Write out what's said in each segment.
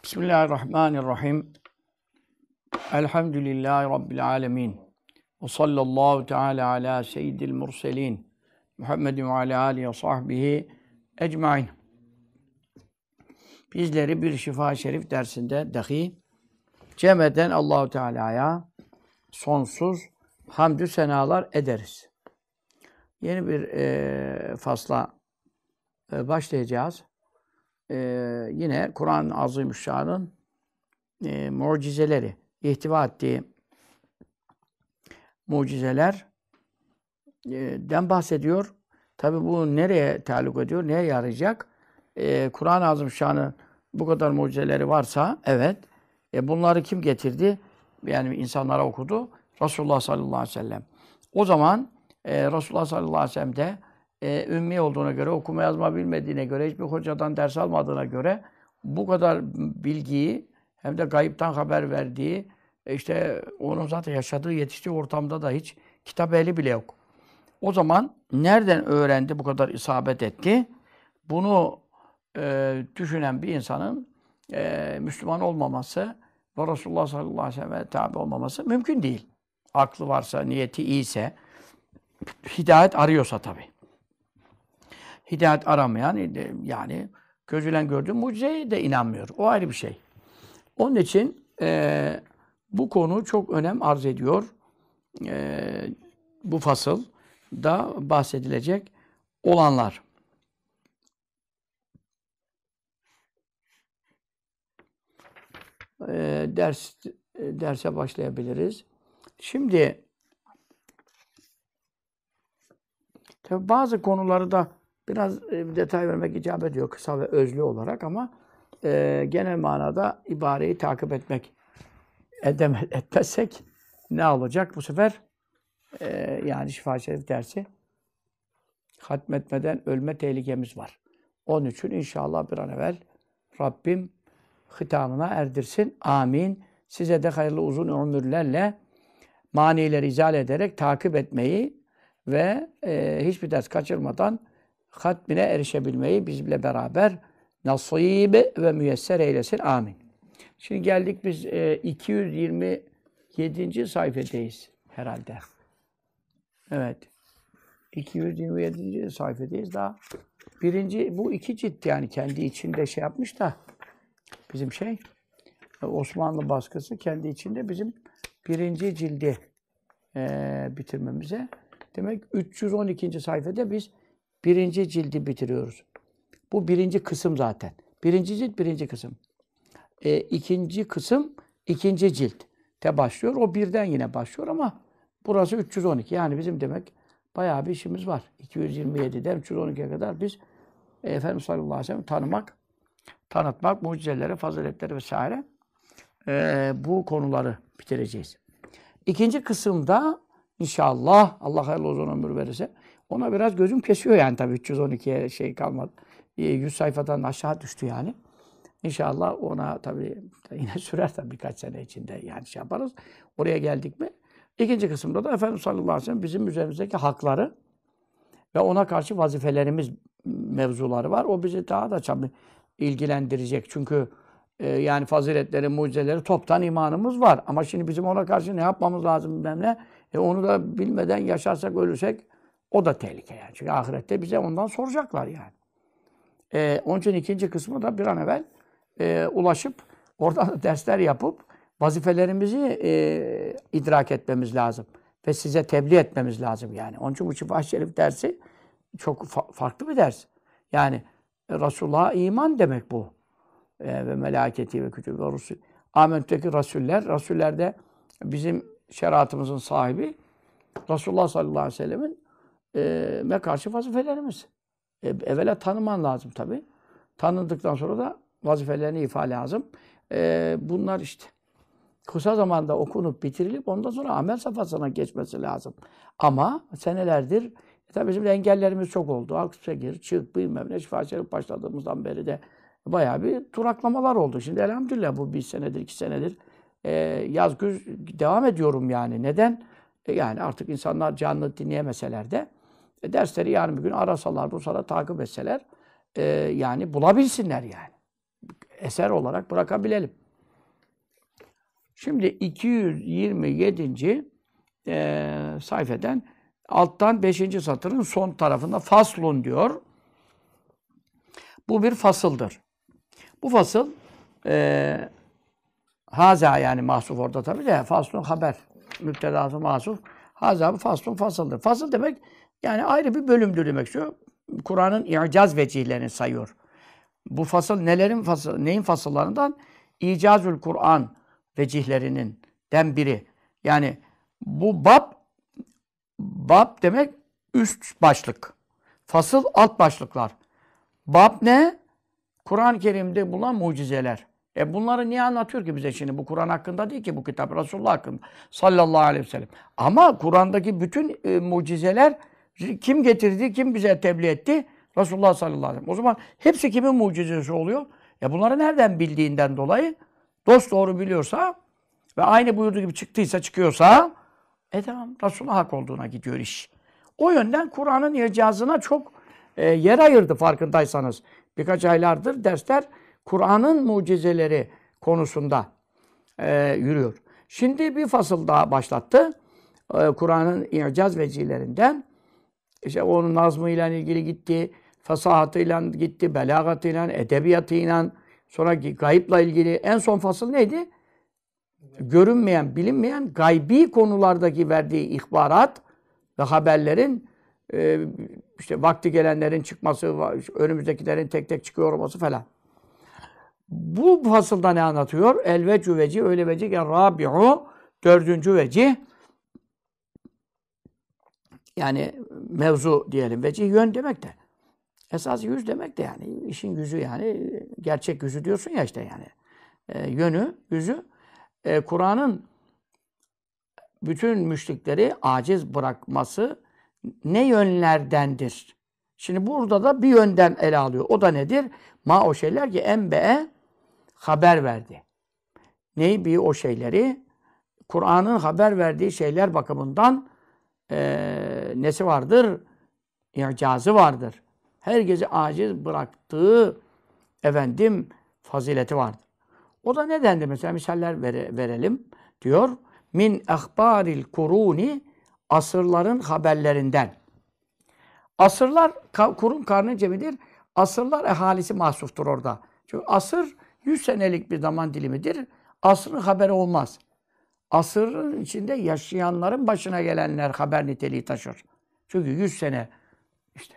Bismillahirrahmanirrahim. Elhamdülillahi Rabbil alemin. Ve sallallahu teala ala seyyidil murselin. Muhammedin ve ala alihi ve sahbihi ecmain. Bizleri bir Şifa-i Şerif dersinde dahi cem eden Allahu Teala'ya sonsuz hamdü senalar ederiz. Yeni bir fasla başlayacağız. Yine Kur'an-ı Azimüşşan'ın mucizeleri, ihtiva ettiği mucizelerden bahsediyor. Tabi bu nereye taluk ediyor, neye yarayacak? Kur'an-ı Azimüşşan'ın bu kadar mucizeleri varsa, evet. Bunları kim getirdi? Yani insanlara okudu. Resulullah sallallahu aleyhi ve sellem. O zaman Resulullah sallallahu aleyhi ve sellem de ümmi olduğuna göre, okuma yazma bilmediğine göre, hiçbir hocadan ders almadığına göre bu kadar bilgiyi hem de gayipten haber verdiği, işte onun zaten yaşadığı, yetiştiği ortamda da hiç kitap ehli bile yok. O zaman nereden öğrendi, bu kadar isabet etti? Bunu düşünen bir insanın Müslüman olmaması ve Resulullah sallallahu aleyhi ve sellem'e tabi olmaması mümkün değil. Aklı varsa, niyeti iyiyse, hidayet arıyorsa tabii. Hidayet aramayan, yani gözüyle gördüğü mucizeye de inanmıyor. O ayrı bir şey. Onun için bu konu çok önem arz ediyor. Bu fasılda bahsedilecek olanlar. Derse başlayabiliriz. Şimdi tabii bazı konuları da biraz detay vermek icap ediyor kısa ve özlü olarak ama genel manada ibareyi takip etmezsek ne olacak? Bu sefer yani Şifa-i Şerif dersi hatmetmeden ölme tehlikemiz var. Onun için inşallah bir an evvel Rabbim hitamına erdirsin. Amin. Size de hayırlı uzun ömürlerle manileri izale ederek takip etmeyi ve hiçbir ders kaçırmadan hatmine erişebilmeyi bizimle beraber nasib ve müyesser eylesin. Amin. Şimdi geldik biz 227. sayfadayız herhalde. Evet. 227. sayfadayız daha. Bu iki cilt yani kendi içinde şey yapmış da bizim Osmanlı baskısı kendi içinde bizim birinci cildi bitirmemize. Demek 312. sayfada biz birinci cildi bitiriyoruz. Bu birinci kısım zaten. Birinci cilt birinci kısım. İkinci kısım ikinci ciltte başlıyor. O birden yine başlıyor ama burası 312. Yani bizim demek bayağı bir işimiz var. 227'den 312'ye kadar biz Efendimiz sallallahu aleyhi ve sellem tanıtmak, mucizeleri, faziletleri vesaire bu konuları bitireceğiz. İkinci kısımda İnşallah Allah hayırlı uzun ömür verirse ona biraz gözüm kesiyor yani tabii 312'ye şey kalmadı. 100 sayfadan aşağı düştü yani. İnşallah ona tabii yine sürer tabii birkaç sene içinde yani şey yaparız. Oraya geldik mi? İkinci kısımda da Efendimiz sallallahu aleyhi ve sellem bizim üzerimizdeki hakları ve ona karşı vazifelerimiz mevzuları var. O bizi daha da tabii ilgilendirecek. Çünkü yani faziletleri, mucizeleri toptan imanımız var. Ama şimdi bizim ona karşı ne yapmamız lazım bilmem ne. Onu da bilmeden yaşarsak, ölürsek o da tehlike yani. Çünkü ahirette bize ondan soracaklar yani. Onun için ikinci kısmı da bir an evvel ulaşıp, oradan da dersler yapıp vazifelerimizi idrak etmemiz lazım. Ve size tebliğ etmemiz lazım yani. Onun için bu Şifa-i Şerif dersi çok farklı bir ders. Yani Resulullah'a iman demek bu. Ve melâketi ve kütübü ve rusul. Âmentü'deki Rasuller de bizim şeriatımızın sahibi Resulullah sallallahu aleyhi ve sellemin karşı vazifelerimiz. Evvela tanıman lazım tabii. Tanındıktan sonra da vazifelerini ifa lazım. Bunlar işte kısa zamanda okunup bitirilip ondan sonra amel safhasına geçmesi lazım. Ama senelerdir tabii bizim de engellerimiz çok oldu. Aksa gir, çık, bilmem ne. Şifa-i Şerif başladığımızdan beri de bayağı bir duraklamalar oldu. Şimdi elhamdülillah bu 1 senedir, 2 senedir yaz güz devam ediyorum yani. Neden? Yani artık insanlar canlı dinleyemeseler de dersleri yarın bir gün arasalar, bu sırada takip etseler yani bulabilsinler yani. eser olarak bırakabilelim. Şimdi 227. Sayfeden alttan 5. satırın son tarafında faslun diyor. Bu bir fasıldır. Bu fasıl haza yani mahsuf orada tabii de faslun haber. Müptedası mahsuf. Haza bu faslun fasıldır. Fasıl demek yani ayrı bir bölümdür demek istiyor. Kur'an'ın i'caz vecihlerini sayıyor. Bu fasıl neyin fasıllarından? İcazül Kur'an vecihlerinin biri. Yani bu bab demek üst başlık. Fasıl alt başlıklar. Bab ne? Kur'an-ı Kerim'de bulunan mucizeler. Bunları niye anlatıyor ki bize şimdi? Bu Kur'an hakkında değil ki bu kitap Resulullah hakkında. Sallallahu aleyhi ve sellem. Ama Kur'an'daki bütün mucizeler kim getirdi, kim bize tebliğ etti? Resulullah sallallahu aleyhi ve sellem. O zaman hepsi kimin mucizesi oluyor? Bunları nereden bildiğinden dolayı dosdoğru biliyorsa ve aynı buyurduğu gibi çıkıyorsa tamam Resulullah hak olduğuna gidiyor iş. O yönden Kur'an'ın icazına çok yer ayırdı farkındaysanız. Birkaç aylardır dersler Kur'an'ın mucizeleri konusunda yürüyor. Şimdi bir fasıl daha başlattı. Kur'an'ın icaz vecihilerinden. İşte onun nazmıyla ilgili gitti, fasahatıyla gitti, belagatıyla, edebiyatıyla, sonra gayıpla ilgili. En son fasıl neydi? Görünmeyen, bilinmeyen gaybi konulardaki verdiği ihbarat ve haberlerin işte vakti gelenlerin çıkması, önümüzdekilerin tek tek çıkıyor olması falan. Bu fasılda ne anlatıyor? El vecü vecih, öyle vecih ki rabi'u, 4. vecih. Yani mevzu diyelim. Vecih yön demek de. Esas yüz demek de yani. İşin yüzü yani. Gerçek yüzü diyorsun ya işte yani. Yönü, yüzü. Kur'an'ın bütün müşrikleri aciz bırakması ne yönlerdendir? Şimdi burada da bir yönden ele alıyor. O da nedir? O şeyler ki enbe'e haber verdi. Neyi o şeyleri? Kur'an'ın haber verdiği şeyler bakımından nesi vardır? İcazı vardır. Herkesi aciz bıraktığı fazileti vardır. O da nedendir? Mesela misaller verelim diyor. Min ahbaril kuruni, asırların haberlerinden. Asırlar, kurun karnın cemidir. Asırlar ehalisi mahsuftur orada. Çünkü asır 100 senelik bir zaman dilimidir. Asrın haberi olmaz. Asırın içinde yaşayanların başına gelenler haber niteliği taşır. Çünkü 100 sene işte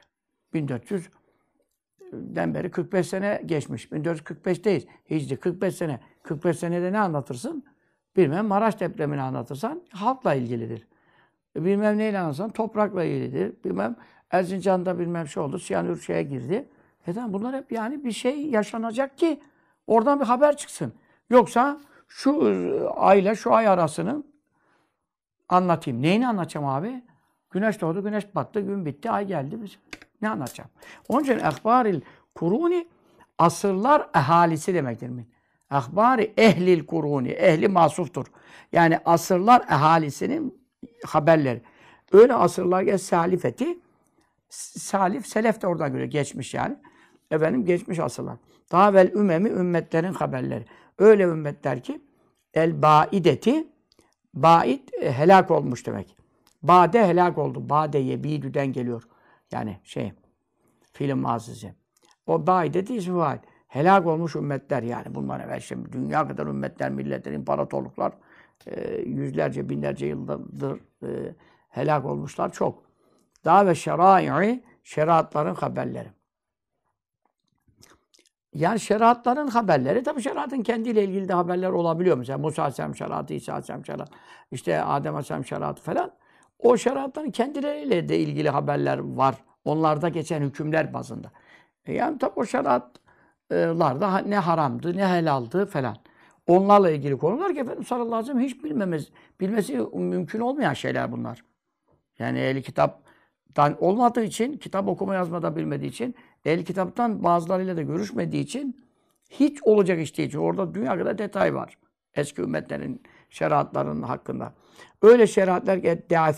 1400'den beri 45 sene geçmiş. 1445'teyiz. Hicri 45 sene. 45 senede ne anlatırsın? Bilmem Maraş depremini anlatırsan halkla ilgilidir. Bilmem neyle anlatırsan toprakla ilgilidir. Bilmem Erzincan'da bilmem oldu. Siyanür girdi. Neden? Bunlar hep yani bir şey yaşanacak ki oradan bir haber çıksın. Yoksa şu ayla şu ay arasının anlatayım. Neyini anlatacağım abi? Güneş doğdu, güneş battı, gün bitti, ay geldi. Ne anlatacağım? Onun için ehbaril kuruni asırlar ehalisi demektir. Ehbari ehlil kuruni. Ehli masuftur. Yani asırlar ehalisinin haberleri. Öyle asırlar salifeti salif, selef de oradan göre geçmiş yani. Geçmiş asırlar. Daha evvel ümmetlerin haberleri. Öyle ümmetler ki el baideti baid helak olmuş demek. Bade helak oldu. Bade yebidüden geliyor. Yani film mazisi. O baideti ismi vaid. Helak olmuş ümmetler yani. Bunlar evvel şimdi dünya kadar ümmetler, milletler, imparatorluklar yüzlerce, binlerce yıldır helak olmuşlar çok. Daha ve şerai, şeriatların haberleri. Yani şeriatların haberleri, tabii şeriatın kendiyle ilgili de haberler olabiliyor. Mesela Musa Aleyhisselam şeriatı, İsa Aleyhisselam şeriatı, işte Adem Aleyhisselam şeriatı falan. O şeriatların kendileriyle de ilgili haberler var. Onlarda geçen hükümler bazında. Yani tabii o şeriatlarda ne haramdı, ne helaldi falan. Onlarla ilgili konular ki Efendimiz sallallahu aleyhi ve sellem hiç bilmesi mümkün olmayan şeyler bunlar. Yani ehli kitaptan olmadığı için, kitap okuma yazma da bilmediği için, ehli kitaptan bazılarıyla da görüşmediği için hiç olacak iş değil. Çünkü orada dünya kadar detay var. Eski ümmetlerin şeriatlarının hakkında. Öyle şeriatlar ki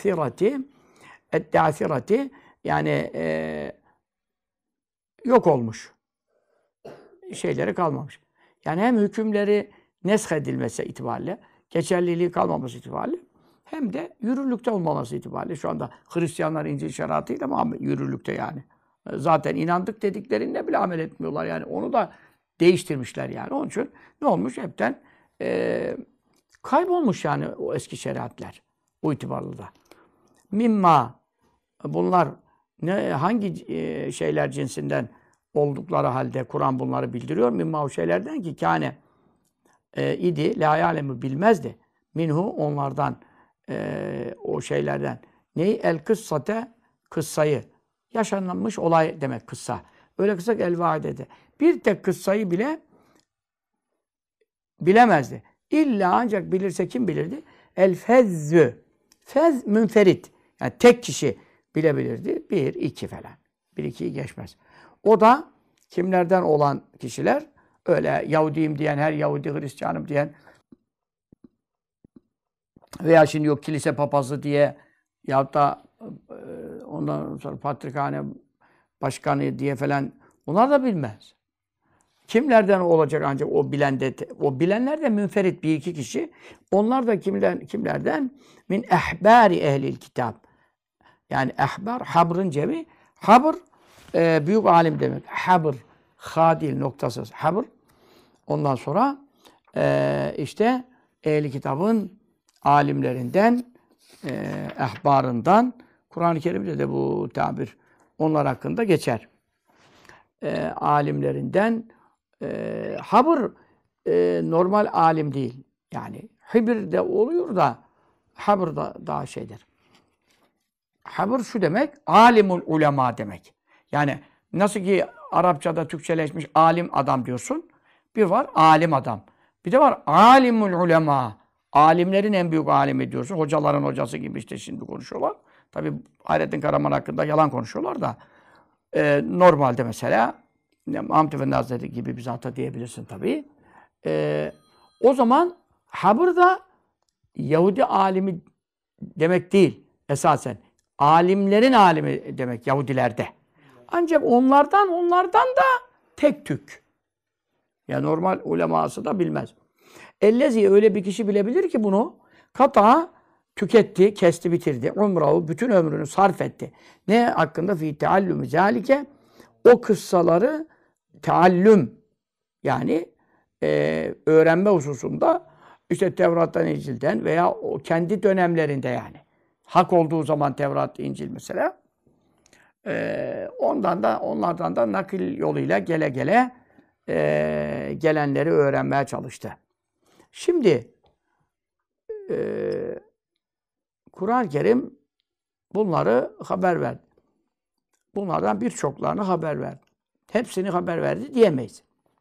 et-dâfirati yani yok olmuş. Şeyleri kalmamış. Yani hem hükümleri nesk edilmesi itibariyle, geçerliliği kalmaması itibariyle hem de yürürlükte olmaması itibariyle şu anda Hristiyanlar İncil şeriatıyla mı yürürlükte yani. Zaten inandık dediklerinde bile amel etmiyorlar yani. Onu da değiştirmişler yani. Onun için ne olmuş? Hepten kaybolmuş yani o eski şeriatler. O itibarlı da. Mimma bunlar hangi şeyler cinsinden oldukları halde Kur'an bunları bildiriyor. Mimma o şeylerden ki kâne idi, la yâlemu bilmezdi. Minhu onlardan o şeylerden. Neyi? El kıssate kıssayı. Yaşanmış olay demek kıssa. Öyle kısa el vaidede. Bir tek kıssayı bile bilemezdi. İlla ancak bilirse kim bilirdi? El fezzü. Fez münferit. Yani tek kişi bilebilirdi. Bir, iki falan. Bir, ikiyi geçmez. O da kimlerden olan kişiler? Öyle Yahudiyim diyen, her Yahudi Hristiyanım diyen veya şimdi yok kilise papazı diye yahut da ondan sonra patrikhane başkanı diye falan bunlar da bilmez. Kimlerden olacak ancak o bilen de, o bilenler de münferit bir iki kişi. Onlar da kimlerden? Min ehbari ehlil kitap. Yani ehbar, habrın cemi. Habr, büyük alim demek. Habr, hadil, noktasız. Habr. Ondan sonra işte ehli kitabın alimlerinden, ehbarından, Kur'an-ı Kerim'de de bu tabir onlar hakkında geçer. Alimlerinden, habr normal alim değil. Yani hibr de oluyor da habr da daha şeydir. Habr şu demek, alimul ulema demek. Yani nasıl ki Arapçada Türkçeleşmiş alim adam diyorsun. Bir var alim adam. Bir de var alimul ulema. Alimlerin en büyük alimi diyorsun. Hocaların hocası gibi işte şimdi konuşuyorlar. Tabi Hayrettin Karaman hakkında yalan konuşuyorlar da. Normalde mesela Hamd Efendi Hazretleri gibi bir zata diyebilirsin tabi. O zaman habr da Yahudi alimi demek değil esasen. Alimlerin alimi demek Yahudilerde. Ancak onlardan da tek tük. Ya normal uleması da bilmez. Ellezi öyle bir kişi bilebilir ki bunu kata tüketti, kesti, bitirdi. Umrahu bütün ömrünü sarf etti. Ne hakkında? Fi teallüm zalike o kıssaları teallüm yani öğrenme hususunda işte Tevrat'tan, İncil'den veya o kendi dönemlerinde yani. Hak olduğu zaman Tevrat, İncil mesela. Onlardan da nakil yoluyla gele gele gelenleri öğrenmeye çalıştı. Şimdi Kur'an-ı Kerim bunları haber verdi. Bunlardan birçoklarını haber verdi. Hepsini haber verdi diyemeyiz.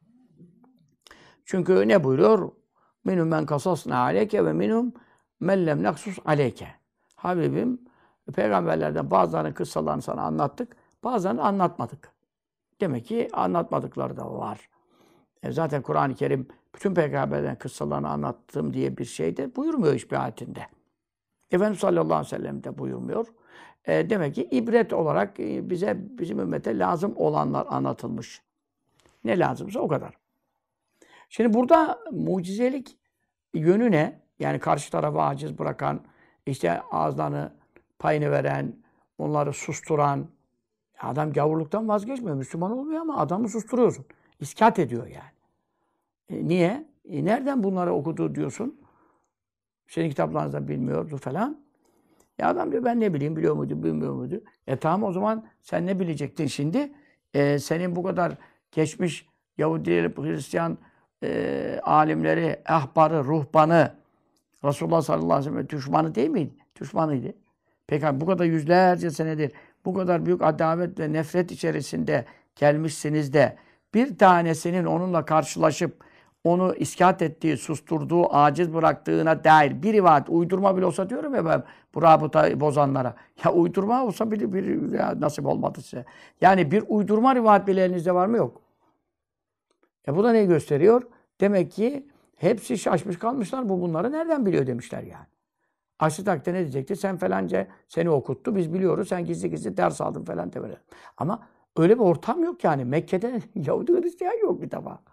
Çünkü ne buyuruyor? Minhum men kasasna aleyke ve minhum men lem naksus aleyke. Habibim, peygamberlerden bazılarının kıssalarını sana anlattık, bazılarını anlatmadık. Demek ki anlatmadıkları da var. Zaten Kur'an-ı Kerim bütün peygamberlerin kıssalarını anlattım diye bir şey de buyurmuyor hiçbir ayetinde. Efendimiz sallallahu aleyhi ve sellem de buyurmuyor. Demek ki ibret olarak bizim ümmete lazım olanlar anlatılmış. Ne lazımsa o kadar. Şimdi burada mucizelik yönü ne? Yani karşı tarafı aciz bırakan, işte ağızlarını payını veren, onları susturan. Adam gavurluktan vazgeçmiyor. Müslüman olmuyor ama adamı susturuyorsun. İskat ediyor yani. Niye? Nereden bunları okudu diyorsun? Senin kitaplarınızda bilmiyordu falan. Ya adam diyor ben ne bileyim biliyor muydu, bilmiyor muydu? Tamam o zaman sen ne bilecektin şimdi? Senin bu kadar geçmiş Yahudi, Hristiyan alimleri, ahbarı, ruhbanı, Resulullah sallallahu aleyhi ve sellem düşmanı değil miydi? Düşmanıydı. Peki bu kadar yüzlerce senedir bu kadar büyük adavet ve nefret içerisinde gelmişsiniz de bir tanesinin onunla karşılaşıp onu iskat ettiği, susturduğu, aciz bıraktığına dair bir rivayet, uydurma bile olsa diyorum ya ben bu rabıtayı bozanlara. Ya uydurma olsa bir nasip olmadı size. Yani bir uydurma rivayet bile elinizde var mı? Yok. Bu da neyi gösteriyor? Demek ki hepsi şaşmış kalmışlar. Bu bunları nereden biliyor demişler yani. Aksi takdirde ne diyecekti? Sen falanca seni okuttu, biz biliyoruz. Sen gizli gizli ders aldın falan demeli. Ama öyle bir ortam yok yani. Mekke'de Yahudi Hristiyan yok bir defa.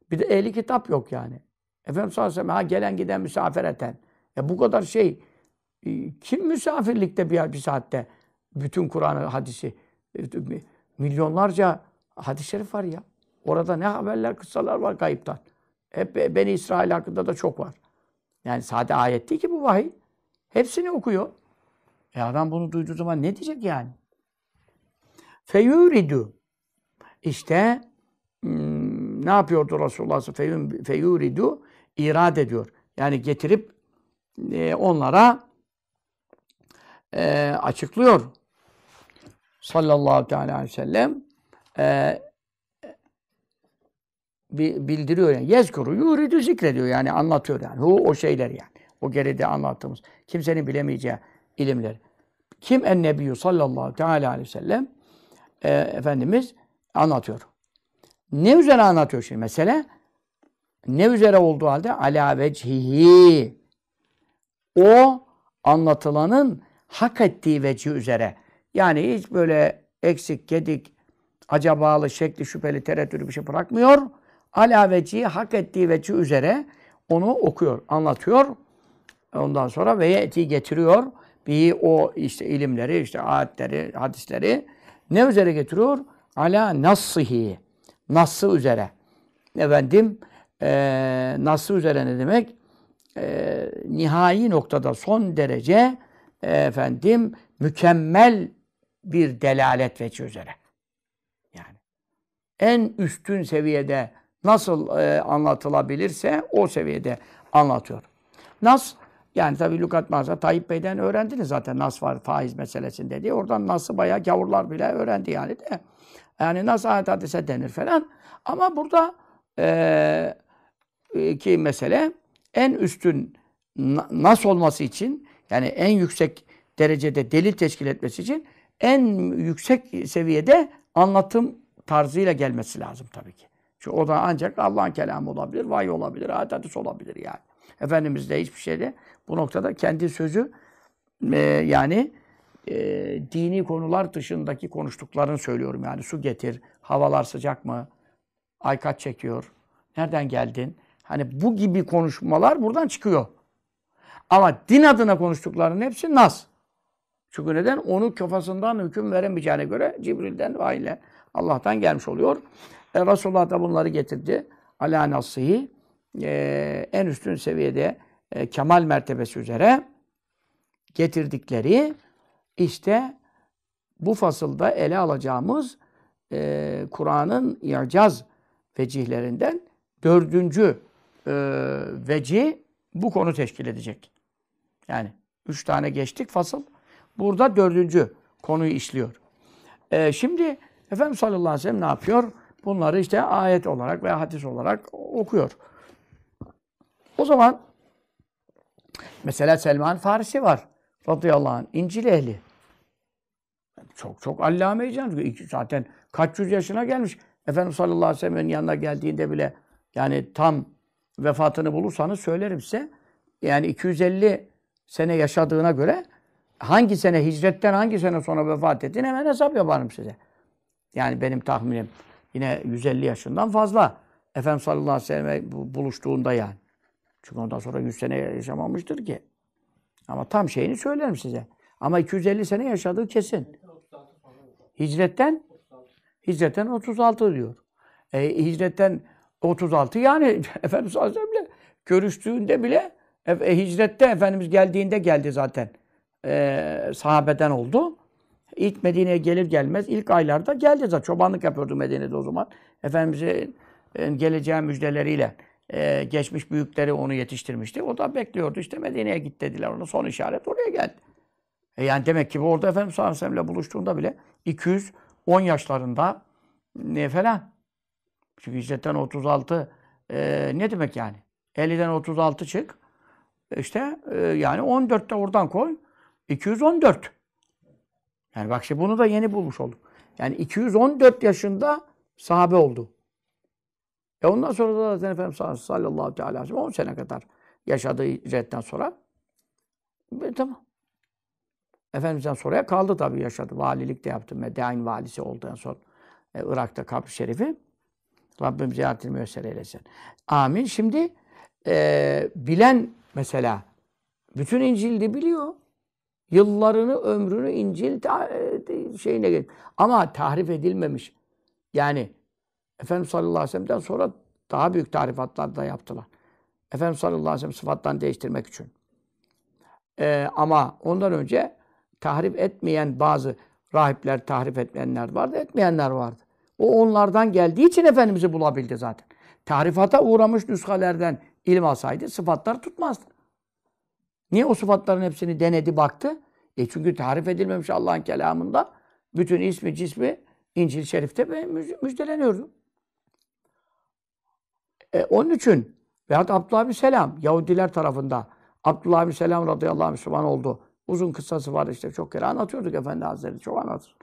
Bir de ehli kitap yok yani. Efendimiz sallallahu aleyhi ve sellem gelen giden misafir eten. Bu kadar şey. Kim misafirlikte bir saatte bütün Kur'an'ı, hadisi milyonlarca hadis-i şerif var ya. Orada ne haberler, kıssalar var kayıptan. Hep Beni İsrail hakkında da çok var. Yani sade ayet değil ki bu vahiy. Hepsini okuyor. Adam bunu duyduğu zaman ne diyecek yani? Feyuridu. İşte ne yapıyordu Resulullah sallallahu aleyhi ve sellem? Feyuridu irad ediyor. Yani getirip onlara açıklıyor. Sallallahu aleyhi ve sellem bildiriyor yani. Yezkuru, yuridu zikrediyor yani anlatıyor yani. O şeyler yani. O geride anlattığımız. Kimsenin bilemeyeceği ilimler. Kim en-nebiyyü sallallahu aleyhi ve sellem? Efendimiz anlatıyor. Ne üzere anlatıyor şimdi mesele? Ne üzere olduğu halde? Alâ vecihi. O anlatılanın hak ettiği vecih üzere. Yani hiç böyle eksik, gedik, acabalı, şekli, şüpheli, tereddütlü bir şey bırakmıyor. Alâ vecihi hak ettiği vecih üzere onu okuyor, anlatıyor. Ondan sonra ve yeti getiriyor. Bir o işte ilimleri, işte ayetleri, hadisleri ne üzere getiriyor? Alâ nassihi. Nassı üzere. Efendim, nassı üzere ne demek? Nihai noktada son derece efendim mükemmel bir delalet veci üzere. Yani en üstün seviyede nasıl anlatılabilirse o seviyede anlatıyor. Nas yani tabii lügat mağaza Tayyip Bey'den öğrendiniz zaten nas var faiz meselesinde diye. Oradan nasıl bayağı gavurlar bile öğrendi yani de. Yani nas ayet hadise denir falan. Ama burada ki mesele en üstün nas olması için yani en yüksek derecede delil teşkil etmesi için en yüksek seviyede anlatım tarzıyla gelmesi lazım tabii ki. Çünkü o da ancak Allah'ın kelamı olabilir, vahiy olabilir, ayet hadis olabilir yani. Efendimiz de hiçbir şeyde bu noktada kendi sözü yani dini konular dışındaki konuştuklarını söylüyorum yani. Su getir, havalar sıcak mı, ay kaç çekiyor, nereden geldin? Hani bu gibi konuşmalar buradan çıkıyor. Ama din adına konuştuklarının hepsi nas. Çünkü neden? Onu kafasından hüküm veremeyeceğine göre Cibril'den vahiyle Allah'tan gelmiş oluyor. Resulullah da bunları getirdi. Alâ nasihi en üstün seviyede kemal mertebesi üzere getirdikleri işte bu fasılda ele alacağımız Kur'an'ın i'caz vecihlerinden dördüncü vecih bu konu teşkil edecek. Yani 3 tane geçtik fasıl. Burada dördüncü konuyu işliyor. Şimdi Efendimiz sallallahu aleyhi ve sellem ne yapıyor? Bunları işte ayet olarak veya hadis olarak okuyor. O zaman mesela Selman Farisi var. Radıyallahu anh. İncil ehli. Çok allame-i can. Zaten kaç yüz yaşına gelmiş. Efendimiz sallallahu aleyhi ve sellem'in yanına geldiğinde bile yani tam vefatını bulursanız söylerim size. Yani 250 sene yaşadığına göre hangi sene hicretten hangi sene sonra vefat ettiğini hemen hesap yaparım size. Yani benim tahminim yine 150 yaşından fazla. Efendimiz sallallahu aleyhi ve sellem'e buluştuğunda yani. Çünkü ondan sonra 100 sene yaşamamıştır ki. Ama tam şeyini söylerim size. Ama 250 sene yaşadığı kesin. Hicretten 36 diyor. Hicretten 36 yani Efendimiz sallallahu aleyhi ve sellem'le görüştüğünde bile hicrette Efendimiz geldiğinde geldi zaten. Sahabeden oldu. İlk Medine'ye gelir gelmez ilk aylarda geldi zaten. Çobanlık yapıyordu Medine'de o zaman. Efendimiz'in geleceği müjdeleriyle geçmiş büyükleri onu yetiştirmişti. O da bekliyordu. İşte Medine'ye git dediler. Onun son işaret oraya geldi. Yani demek ki orada Efendimiz sallallahu aleyhi ve sellem'le buluştuğunda bile 210 yaşlarında ne falan. Çünkü hicretten 36 ne demek yani? 50'den 36 çık. İşte yani 14'te oradan koy. 214. Yani bak şimdi bunu da yeni bulmuş olduk. Yani 214 yaşında sahabe oldu. Ondan sonra da zaten Efendimiz sallallahu aleyhi ve sellem 10 sene kadar yaşadığı hicretten sonra tamam. Efendimiz'den sonraya kaldı tabii yaşadı. Valilik de yaptı. Medain valisi oldu en son. Irak'ta kabr-i şerifi. Rabbim ziyaretini müyesser eylesin. Amin. Şimdi bilen mesela bütün İncil'i biliyor. Yıllarını, ömrünü İncil şeyine geç. Ama tahrif edilmemiş. Yani Efendimiz sallallahu aleyhi ve sellem'den sonra daha büyük tahrifatlar da yaptılar. Efendimiz sallallahu aleyhi ve sellem sıfatlarını değiştirmek için. Ama ondan önce tahrif etmeyen bazı rahipler, tahrif etmeyenler vardı, etmeyenler vardı. O onlardan geldiği için Efendimiz'i bulabildi zaten. Tahrifata uğramış nüshalerden ilim alsaydı sıfatlar tutmazdı. Niye o sıfatların hepsini denedi, baktı? Çünkü tahrif edilmemiş Allah'ın kelamında bütün ismi, cismi İncil-i Şerif'te müjdeleniyordu. Onun için veyahut Abdullah bin Selam, Yahudiler tarafında Abdullah bin Selam radıyallahu anh Müslüman oldu. Uzun kıssası var işte, çok kere anlatıyorduk Efendi Hazretleri, çok anlatır.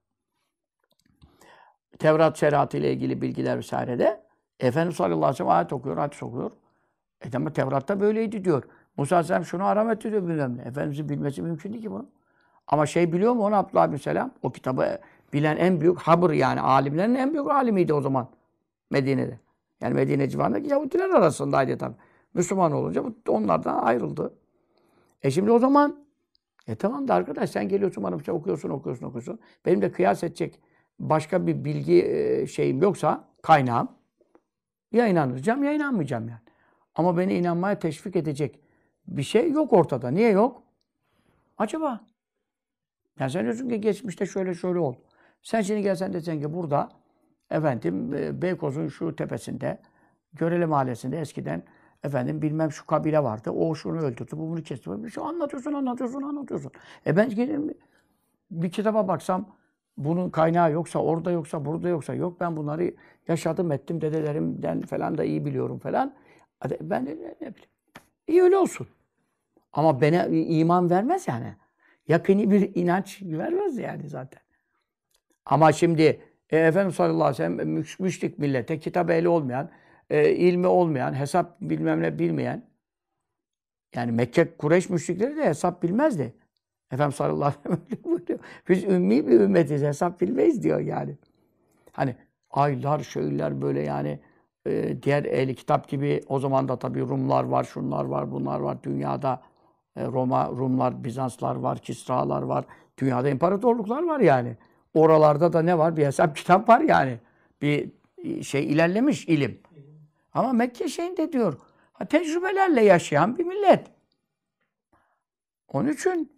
Tevrat şeriatı ile ilgili bilgiler vesairede Efendimiz sallallahu aleyhi ve sellem ayet okuyor, hadis okuyor. Ama Tevrat'ta böyleydi diyor. Musa aleyhisselam şunu haram etti diyor bilmem ne. Efendimizin bilmesi mümkün değil ki bunu. Ama biliyor mu onu Abdullah bin Selam? O kitabı bilen en büyük habır, yani alimlerin en büyük alimiydi o zaman Medine'de. Yani Medine civarındaki Yahudiler arasındaydı tabii. Müslüman olunca onlardan ayrıldı. Şimdi o zaman tamam da arkadaş sen geliyorsun bana bir şey okuyorsun. Benim de kıyas edecek başka bir bilgi şeyim yoksa, kaynağım, ya inanacağım ya inanmayacağım yani. Ama beni inanmaya teşvik edecek bir şey yok ortada. Niye yok? Acaba? Yani sen diyorsun ki geçmişte şöyle oldu. Sen şimdi gelsen desen ki burada efendim Beykoz'un şu tepesinde, Görele Mahallesi'nde eskiden efendim bilmem şu kabile vardı. O şunu öldürdü, bu bunu kesti. Bir şey anlatıyorsun. Ben gelin bir kitaba baksam bunun kaynağı yoksa, orada yoksa, burada yoksa, yok ben bunları yaşadım ettim, dedelerimden falan da iyi biliyorum falan. Ben de ne bileyim. İyi öyle olsun. Ama bana iman vermez yani. Yakini bir inanç vermez yani zaten. Ama şimdi Efendimiz sallallahu aleyhi ve sellem müşrik millete, kitap ehli olmayan, ilmi olmayan, hesap bilmem ne bilmeyen, yani Mekke Kureyş müşrikleri de hesap bilmezdi. Efendimiz sallallahu aleyhi ve sellem öyle buyuruyor. Biz ümmi bir ümmetiz, hesap bilmeyiz diyor yani. Hani aylar, şöyler böyle yani diğer ehli kitap gibi o zaman da tabii Rumlar var, şunlar var, bunlar var. Dünyada Rumlar, Bizanslar var, Kisralar var. Dünyada imparatorluklar var yani. Oralarda da ne var? Bir hesap kitap var yani. Bir ilerlemiş ilim. Ama Mekke şeyinde diyor, tecrübelerle yaşayan bir millet. Onun için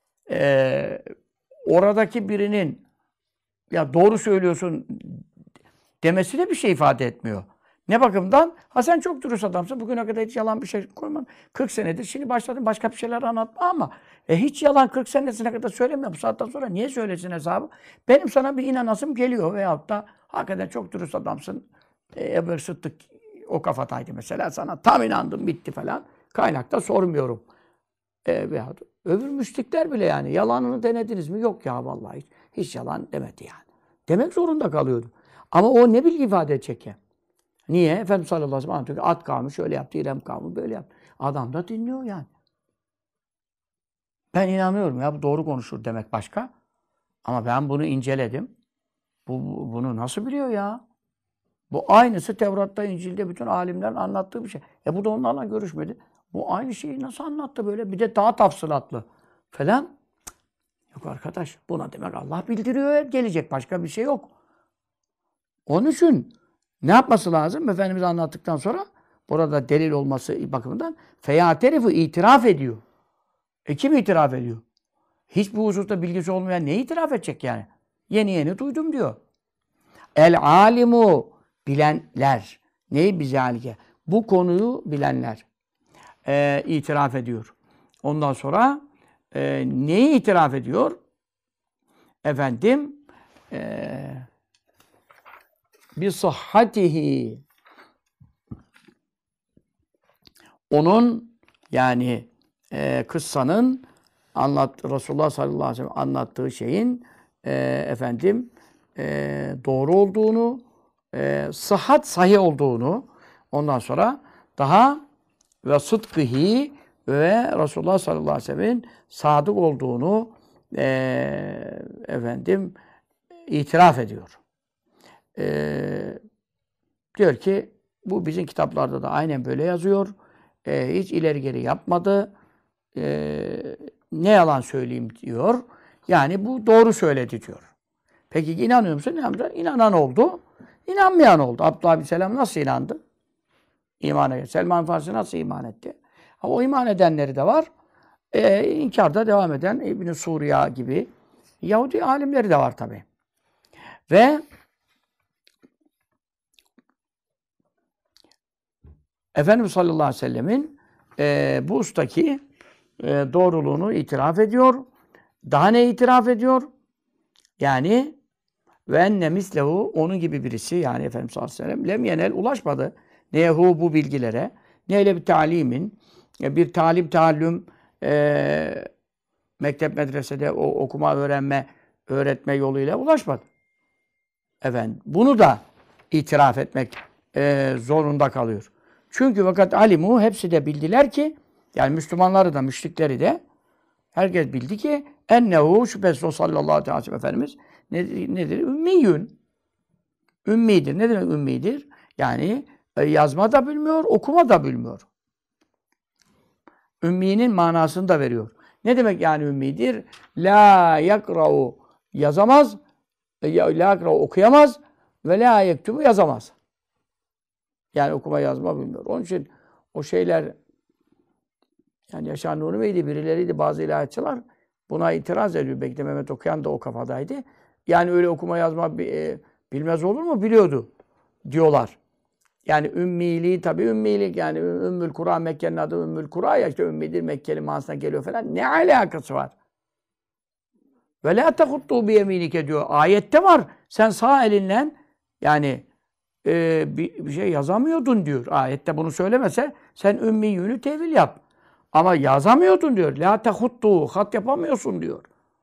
oradaki birinin ya doğru söylüyorsun demesi de bir şey ifade etmiyor. Ne bakımdan? Sen çok dürüst adamsın. Bugüne kadar hiç yalan bir şey koymadın. 40 senedir. Şimdi başladın başka bir şeyler anlatma ama hiç yalan 40 senesine kadar söylemiyor. Bu saatten sonra niye söylesin hesabı? Benim sana bir inanasım geliyor veyahut da hakikaten çok dürüst adamsın. Ebu Sıddık o kafadaydı mesela. Sana tam inandım bitti falan. Kaynakta sormuyorum. Veyahut öbür müşrikler bile yani yalanını denediniz mi? Yok ya vallahi hiç yalan demedi yani. Demek zorunda kalıyordu. Ama o ne bilgi ifade edecek ya? Niye? Efendimiz sallallahu aleyhi ve sellem anlatıyor ki at kavmi şöyle yaptı, İrem kavmi böyle yaptı. Adam da dinliyor yani. Ben inanıyorum ya bu doğru konuşur demek başka. Ama ben bunu inceledim. Bunu nasıl biliyor ya? Bu aynısı Tevrat'ta, İncil'de bütün alimlerin anlattığı bir şey. Bu da onlarla görüşmedi. Bu aynı şeyi nasıl anlattı böyle? Bir de daha tafsilatlı falan. Yok arkadaş, buna demek Allah bildiriyor. Gelecek başka bir şey yok. Onun için ne yapması lazım? Efendimiz anlattıktan sonra burada delil olması bakımından feyaterifu itiraf ediyor. Kim itiraf ediyor? Hiç bu hususta bilgisi olmayan ne itiraf edecek yani? Yeni duydum diyor. El alimu bilenler. Neyi bizalike? Bu konuyu bilenler itiraf ediyor. Ondan sonra neyi itiraf ediyor? Efendim bi sahhatihi, onun yani kıssanın Resulullah sallallahu aleyhi ve sellem anlattığı şeyin efendim doğru olduğunu, sıhhat sahih olduğunu, ondan sonra daha ve sıdkıhi ve Resulullah sallallahu aleyhi ve sellem'in sadık olduğunu efendim itiraf ediyor. Diyor ki bu bizim kitaplarda da aynen böyle yazıyor. Hiç ileri geri yapmadı. Ne yalan söyleyeyim diyor. Yani bu doğru söyledi diyor. Peki inanıyor musun? İnanmıyor. İnanan oldu. İnanmayan oldu. Abdullah bin Selam nasıl inandı? İman etti. Selman Farsi nasıl iman etti? O iman edenleri de var. İnkarda devam eden İbn-i Suriye gibi Yahudi alimleri de var tabi. Ve Efendimiz sallallahu aleyhi ve sellemin bu ustaki doğruluğunu itiraf ediyor. Daha ne itiraf ediyor? Yani ve enne mislehu onun gibi birisi yani Efendimiz sallallahu aleyhi ve sellem lem yenel ulaşmadı. Nehu bu bilgilere. Neyle bir talimin bir talim taallüm mektep medresede o okuma öğrenme öğretme yoluyla ulaşmadı. Efendim bunu da itiraf etmek zorunda kalıyor. Çünkü fakat alimu hepsi de bildiler ki yani Müslümanları da müşrikleri de herkes bildi ki ennehu şüphesiz o sallallahu aleyhi ve sellem Efendimiz nedir? Ümmiyün. Ümmidir. Ne demek ümmidir? Yani yazma da bilmiyor, okuma da bilmiyor. Ümminin manasını da veriyor. Ne demek yani ümmidir? La yakra'u yazamaz, la yakra'u okuyamaz ve la yektubu yazamaz. Yani okuma yazma bilmiyor. Onun için o şeyler yani Yaşar Nuri Bey'di, birileriydi bazı ilahiyatçılar buna itiraz ediyor. Belki de Mehmet Okuyan da o kafadaydı. Yani öyle okuma yazma bilmez olur mu? Biliyordu diyorlar. Yani ümmiliği tabii ümmilik yani Ümmül Kura Mekke'nin adı Ümmül Kura ya işte ümmidir Mekkeli manasına geliyor falan. Ne alakası var? Ve la tehuttu bi yeminike diyor. Ayette var. Sen sağ elinle yani bir şey yazamıyordun diyor. Ayette bunu söylemese sen ümmiyünü tevil yap. Ama yazamıyordun diyor. La tehuttu. Hat yapamıyorsun diyor.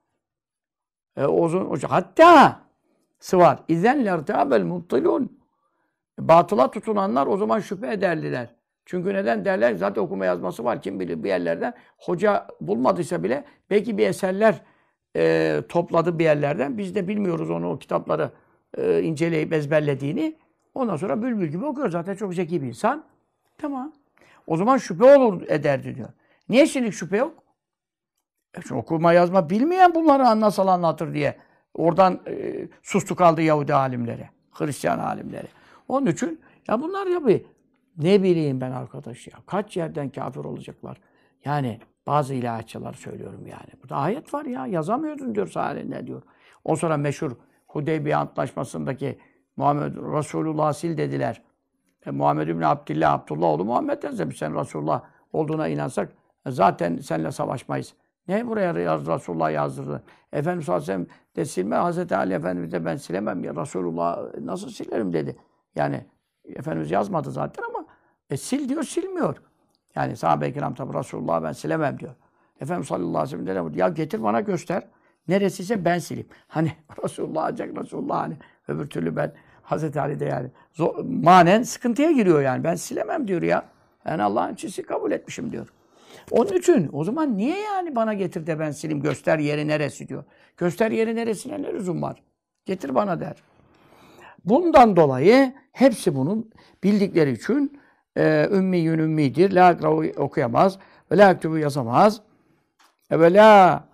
Hatta var. İzen lertabel muttilun. Batıla tutunanlar o zaman şüphe ederdiler. Çünkü neden derler? Zaten okuma yazması var. Kim bilir bir yerlerden. Hoca bulmadıysa bile belki bir eserler topladı bir yerlerden. Biz de bilmiyoruz onu o kitapları inceleyip ezberlediğini. Ondan sonra bülbül gibi okuyor. Zaten çok zeki bir insan. Tamam. O zaman şüphe olur ederdi diyor. Niye şimdi şüphe yok? Çünkü okuma yazma bilmeyen bunları nasıl anlatır diye. Oradan sustu kaldı Yahudi alimleri. Hristiyan alimleri. Onun için ya bunlar ya bir ne bileyim ben arkadaş ya. Kaç yerden kafir olacaklar. Yani bazı ilahiyatçılar söylüyorum yani. Burada ayet var ya. Yazamıyordun diyor halinde diyor. O sonra meşhur Hudeybiye Antlaşması'ndaki Muhammed Resulullah sil dediler. Muhammed İbni Abdullah oğlu Muhammed'den demiş. Sen Resulullah olduğuna inansak zaten seninle savaşmayız. Ne buraya Resulullah yazdırdı? Efendimiz sallallahu aleyhi ve sellem de silme. Hazreti Ali Efendimiz de ben silemem ya. Resulullah nasıl silerim dedi. Yani Efendimiz yazmadı zaten ama sil diyor silmiyor. Yani sahabe-i kiram tabi Resulullah'ı ben silemem diyor. Efendimiz sallallahu aleyhi ve sellem dedi ya getir bana göster. Neresiyse ben sileyim. Hani Resulullah ancak Resulullah hani öbür türlü ben Hazreti Ali'de yani manen sıkıntıya giriyor yani. Ben silemem diyor ya. Yani Allah'ın çizgi kabul etmişim diyor. Onun için o zaman niye yani bana getir de ben sileyim göster yeri neresi diyor. Göster yeri neresine ne lüzum var? Getir bana der. Bundan dolayı hepsi bunu bildikleri için ümmiyün ümmidir. La yakravu okuyamaz. Ve la yaktubu yazamaz. Ve la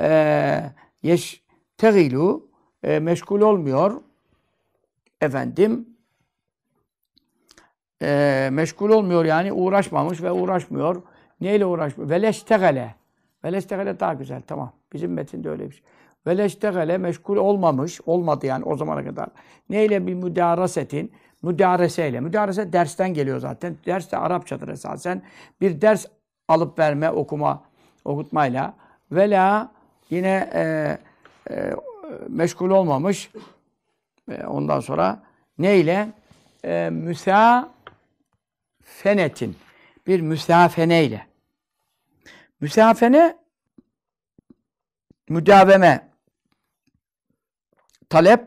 yeştegilu meşgul olmuyor. Efendim meşgul olmuyor yani uğraşmamış ve uğraşmıyor. Neyle uğraşmıyor? Veleştegele. Veleştegele daha güzel. Tamam. Bizim metinde öyle bir şey. Veleştegele meşgul olmamış. Olmadı yani o zamana kadar. Neyle bir müdarasetin? Müdareseyle. Müdarese dersten geliyor zaten. Ders de Arapçadır esasen. Bir ders alıp verme, okuma, okutmayla. Vela yine meşgul olmamış. Ondan sonra neyle? Müsafenetin. Bir müsafeneyle. Müsafene müdaveme talep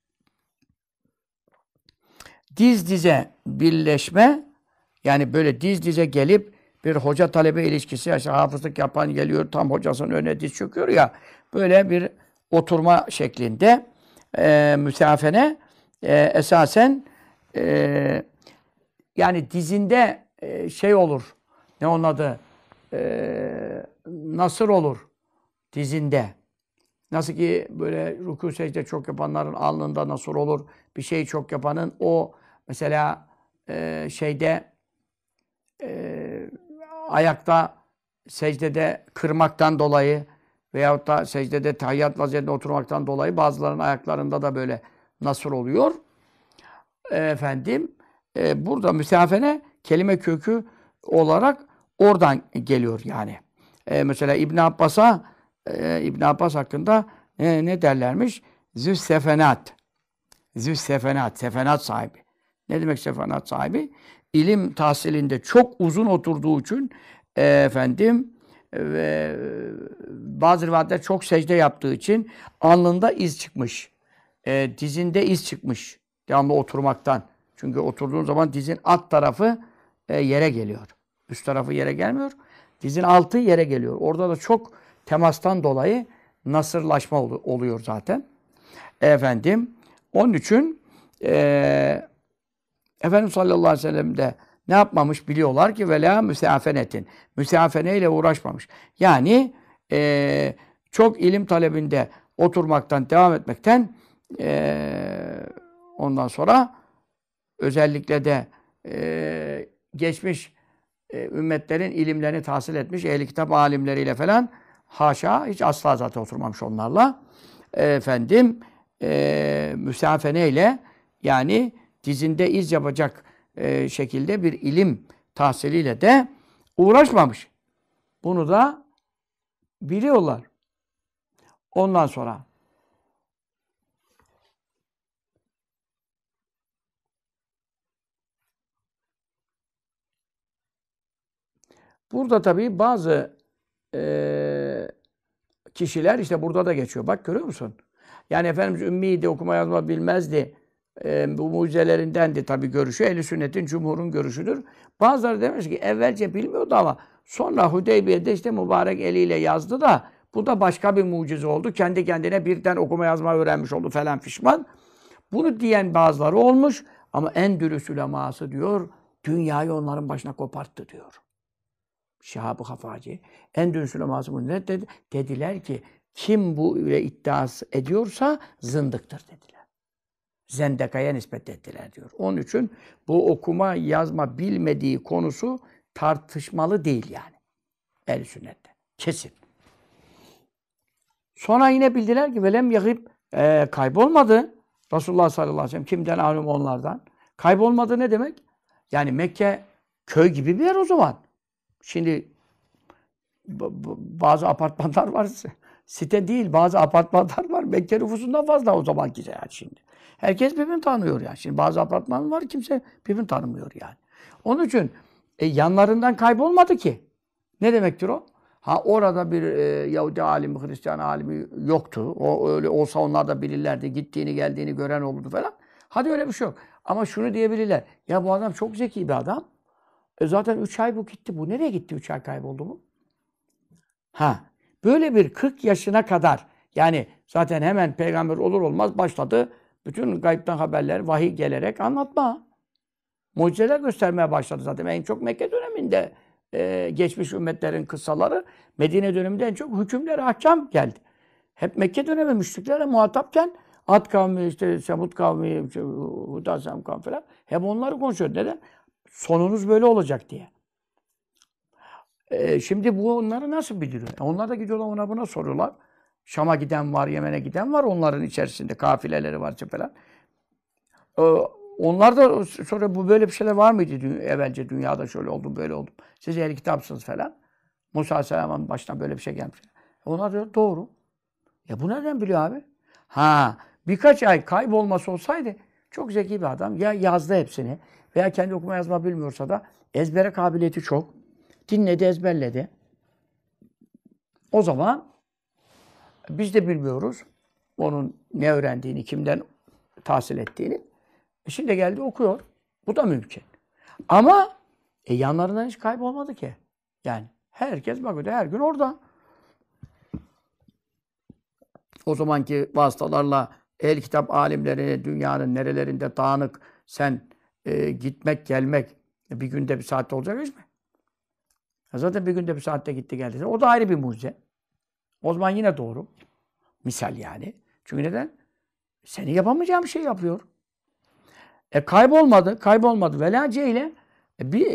diz dize birleşme yani böyle diz dize gelip bir hoca talebe ilişkisi işte hafızlık yapan geliyor tam hocasının önüne diz çöküyor ya böyle bir oturma şeklinde müsafene esasen e, yani dizinde şey olur. Ne onun adı? Nasır olur dizinde. Nasıl ki böyle rükû secde çok yapanların alnında nasır olur. Bir şeyi çok yapanın o mesela şeyde e, ayakta secdede kırmaktan dolayı veyahut da secdede tahiyyat vaziyetinde oturmaktan dolayı bazılarının ayaklarında da böyle nasır oluyor. Efendim burada müsafene kelime kökü olarak oradan geliyor yani. Mesela İbn Abbas hakkında ne derlermiş? Züssefenat. Züssefenat, sefenat sahibi. Ne demek sefenat sahibi? İlim tahsilinde çok uzun oturduğu için efendim ve bazı rivayetler çok secde yaptığı için alnında iz çıkmış. Dizinde iz çıkmış. Devamlı oturmaktan. Çünkü oturduğun zaman dizin alt tarafı yere geliyor. Üst tarafı yere gelmiyor. Dizin altı yere geliyor. Orada da çok temastan dolayı nasırlaşma oluyor zaten. Efendim, onun için Efendimiz sallallahu aleyhi ve sellem de ne yapmamış biliyorlar ki vela müsafenetin. Müsafeneyle uğraşmamış. Yani çok ilim talebinde oturmaktan, devam etmekten ondan sonra özellikle de geçmiş ümmetlerin ilimlerini tahsil etmiş ehli kitap alimleriyle falan haşa hiç asla zaten oturmamış onlarla. Efendim müsafeneyle yani dizinde iz yapacak şekilde bir ilim tahsiliyle de uğraşmamış. Bunu da biliyorlar. Ondan sonra burada tabii bazı kişiler işte burada da geçiyor. Bak görüyor musun? Yani Efendimiz ümmiydi, okuma yazma bilmezdi. Bu mucizelerindendi tabii görüşü. Ehl-i sünnetin, cumhurun görüşüdür. Bazıları demiş ki evvelce bilmiyordu ama sonra Hudeybiye'de işte mübarek eliyle yazdı da bu da başka bir mucize oldu. Kendi kendine birden okuma yazma öğrenmiş oldu falan fişman. Bunu diyen bazıları olmuş ama Endülüs uleması diyor dünyayı onların başına koparttı diyor. Şihab-ı Hafaci. Endülüs uleması bunu ne dedi? Dediler ki kim bu ile iddia ediyorsa zındıktır dediler. Zendekaya nispet ettiler diyor. Onun için bu okuma yazma bilmediği konusu tartışmalı değil yani. Ehl-i sünnette. Kesin. Sonra yine bildiler ki velem yahib kaybolmadı. Resulullah sallallahu aleyhi ve sellem kimden alim onlardan. Kaybolmadı ne demek? Yani Mekke köy gibi bir yer o zaman. Şimdi bazı apartmanlar var. Site değil, bazı apartmanlar var. Mekke nüfusundan fazla o zamanki yani şimdi. Herkes birbirini tanıyor yani. Şimdi bazı apartman var, kimse birbirini tanımıyor yani. Onun için yanlarından kaybolmadı ki. Ne demektir o? Ha orada bir Yahudi alimi, Hristiyan alimi yoktu. O öyle olsa onlar da bilirlerdi. Gittiğini, geldiğini gören olurdu falan. Hadi öyle bir şey yok. Ama şunu diyebilirler. Ya bu adam çok zeki bir adam. Zaten 3 ay bu gitti. Bu nereye gitti 3 ay kayboldu bu? Ha, böyle bir 40 yaşına kadar yani zaten hemen peygamber olur olmaz başladı. Bütün gaybtan haberler vahiy gelerek anlatma. Mucizeler göstermeye başladı zaten. En çok Mekke döneminde geçmiş ümmetlerin kıssaları, Medine döneminde en çok hükümler, ahkam geldi. Hep Mekke dönemi müşriklerle muhatapken Ad kavmi, işte Semud kavmi, işte, Huda, Sem kavmi falan hep onları konuşuyor. Neden? Sonunuz böyle olacak diye. Şimdi bu onları nasıl bildiriyor? Onlar da gidiyorlar ona buna soruyorlar. Şam'a giden var, Yemen'e giden var onların içerisinde. Kafileleri var falan. Ee, Onlar da sonra bu böyle bir şeyler var mıydı evvelce dünyada şöyle oldu böyle oldu. Siz ehli kitapsınız falan. Musa Aleyhisselam'ın başına böyle bir şey gelmiş. Onlar diyor doğru. Ya bu nereden biliyor abi? Ha birkaç ay kaybolması olsaydı çok zeki bir adam ya yazdı hepsini veya kendi okuma yazma bilmiyorsa da ezbere kabiliyeti çok. Dinledi, ezberledi. O zaman biz de bilmiyoruz onun ne öğrendiğini, kimden tahsil ettiğini. Şimdi geldi okuyor. Bu da mümkün. Ama yanlarından hiç kaybolmadı ki. Yani herkes bakıyor, her gün orada. O zamanki vasıtalarla el kitap alimleri dünyanın nerelerinde dağınık sen gitmek, gelmek bir günde bir saatte olacak iş mi? Zaten bir günde bir saatte gitti geldi. O da ayrı bir mucize. O zaman yine doğru. Misal yani. Çünkü neden? Senin yapamayacağın bir şey yapıyor. Kaybolmadı. Kaybolmadı. Vela ceyle bir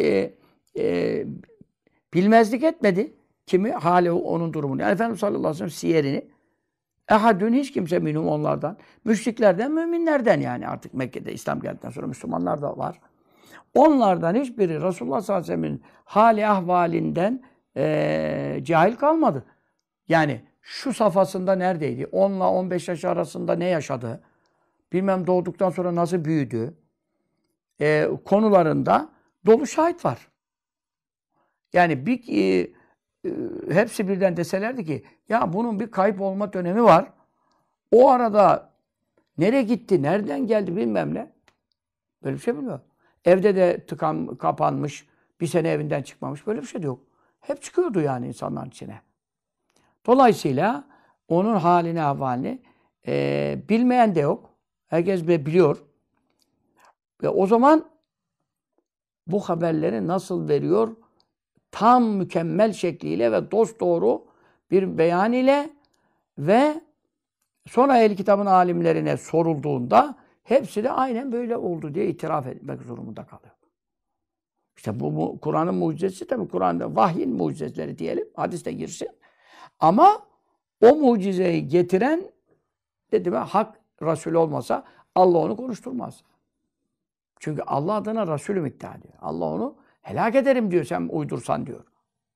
bilmezlik etmedi. Kimi? Hali onun durumunu. Yani Efendimiz sallallahu aleyhi ve sellem siyerini. Ehadün hiç kimse minhum onlardan. Müşriklerden, müminlerden yani. Artık Mekke'de İslam geldikten sonra Müslümanlar da var. Onlardan hiçbiri Resulullah sallallahu aleyhi ve sellem'in hali ahvalinden cahil kalmadı. Yani şu safhasında neredeydi? 10 ile 15 yaş arasında ne yaşadı? Bilmem doğduktan sonra nasıl büyüdü? Konularında dolu şahit var. Yani hepsi birden deselerdi ki ya bunun bir kayıp olma dönemi var. O arada nereye gitti, nereden geldi bilmem ne. Böyle bir şey bilmiyor. Evde de kapanmış, bir sene evinden çıkmamış. Böyle bir şey de yok. Hep çıkıyordu yani insanların içine. Dolayısıyla onun halini, ahvalini bilmeyen de yok. Herkes biliyor. Ve o zaman bu haberleri nasıl veriyor? Tam mükemmel şekliyle ve dosdoğru bir beyan ile ve sonra Ehl-i Kitab'ın alimlerine sorulduğunda hepsi de aynen böyle oldu diye itiraf etmek durumunda kalıyor. İşte bu Kur'an'ın mucizesi tabii Kur'an'da vahyin mucizeleri diyelim. Hadiste girsin. Ama o mucizeyi getiren dedim ya hak Resul olmasa Allah onu konuşturmaz. Çünkü Allah adına Resulüm iddia ediyor. Allah onu helak ederim diyor sen uydursan diyor.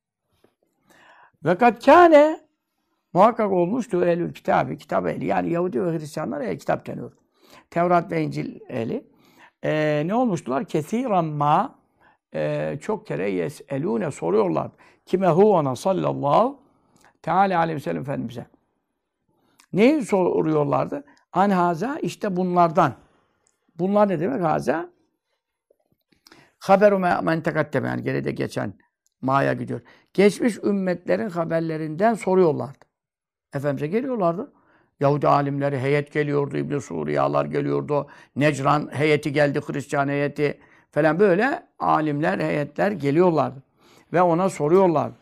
Ve kad kâne muhakkak olmuştu ehlül kitabı, kitap ehli. Yani Yahudi ve Hristiyanlar kitap deniyor. Tevrat ve İncil ehli. Ne olmuştular? Kesiran ma çok kere yeselûne soruyorlar. Kime huvana sallallahu teâlâ aleyhi ve sellem Efendimiz'e. Neyi soruyorlardı? An haza işte bunlardan. Bunlar ne demek haza? Haberu men tekaddeme yani geride geçen ma'ya gidiyor. Geçmiş ümmetlerin haberlerinden soruyorlardı. Efendimiz'e geliyorlardı. Yahudi alimleri heyet geliyordu, İbn-i Suriyalar geliyordu. Necran heyeti geldi, Hristiyan heyeti falan böyle alimler, heyetler geliyorlardı. Ve ona soruyorlardı.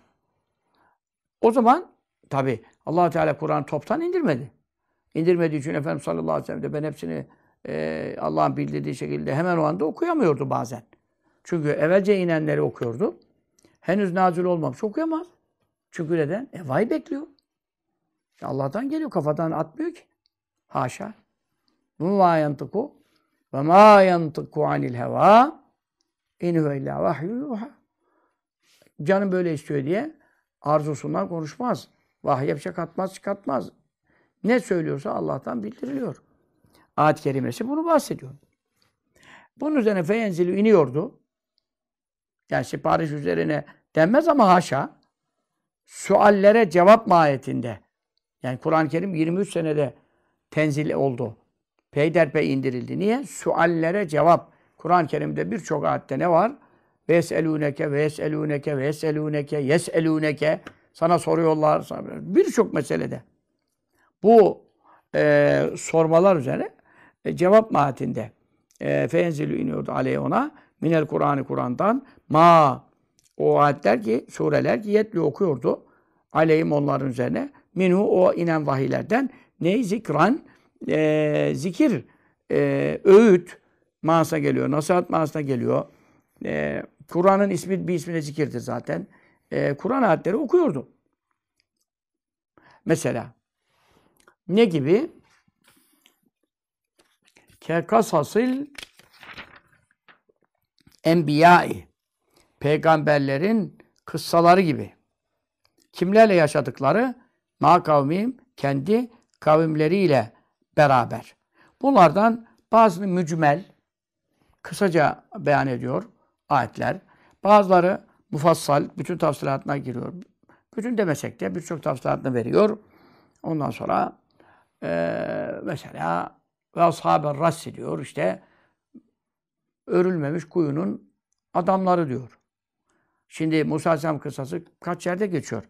O zaman tabi Allah Teala Kur'an toptan indirmedi. İndirmediği için Efendimiz sallallahu aleyhi ve sellem de ben hepsini Allah'ın bildirdiği şekilde hemen o anda okuyamıyordu bazen. Çünkü evvelce inenleri okuyordu. Henüz nazil olmamış okuyamaz. Çünkü neden? Vahiy bekliyor. Allah'tan geliyor, kafadan atmıyor ki. Haşa. مَا يَنْتِقُ وَمَا يَنْتِقُ عَنِ الْهَوَى اِنْ هُوَ اِلَّا وَحْيُ يُوحَى. Canım böyle istiyor diye arzusundan konuşmaz. Vahye bir şey katmaz, çıkartmaz. Ne söylüyorsa Allah'tan bildiriliyor. Ayet-i kerimesi bunu bahsediyor. Bunun üzerine feyenzilü iniyordu. Yani sipariş üzerine denmez ama haşa. Suallere cevap mahiyetinde. Yani Kur'an-ı Kerim 23 senede tenzil oldu. Peyderpey indirildi. Niye? Suallere cevap. Kur'an-ı Kerim'de birçok ayette ne var? Ve yeselûneke, ve yeselûneke, ve yeselûneke, yeselûneke. Sana soruyorlar. Birçok meselede. Bu sormalar üzerine cevap mahiyetinde feyenzilü iniyordu aleyhe ona. Minel Kur'an-ı Kur'an'dan ma o ayetler ki, sureler ki yetli okuyordu. Aleyhim onların üzerine. Minhu o inen vahiylerden ne zikran zikir öğüt manasına geliyor. Nasihat manasına geliyor. Kur'an'ın ismi bir ismi de zikirdir zaten. Kur'an ayetleri okuyordu. Mesela ne gibi? Kekasasıl enbiyai peygamberlerin kıssaları gibi. Kimlerle yaşadıkları? Ma kavmim kendi kavimleriyle beraber. Bunlardan bazı mücmel kısaca beyan ediyor ayetler. Bazıları mufassal bütün tafsilatına giriyor. Bütün demesek de birçok tafsilatını veriyor. Ondan sonra mesela ve ashab-ı rassi diyor işte örülmemiş kuyunun adamları diyor. Şimdi Musa Aleyhisselam kıssası kaç yerde geçiyor?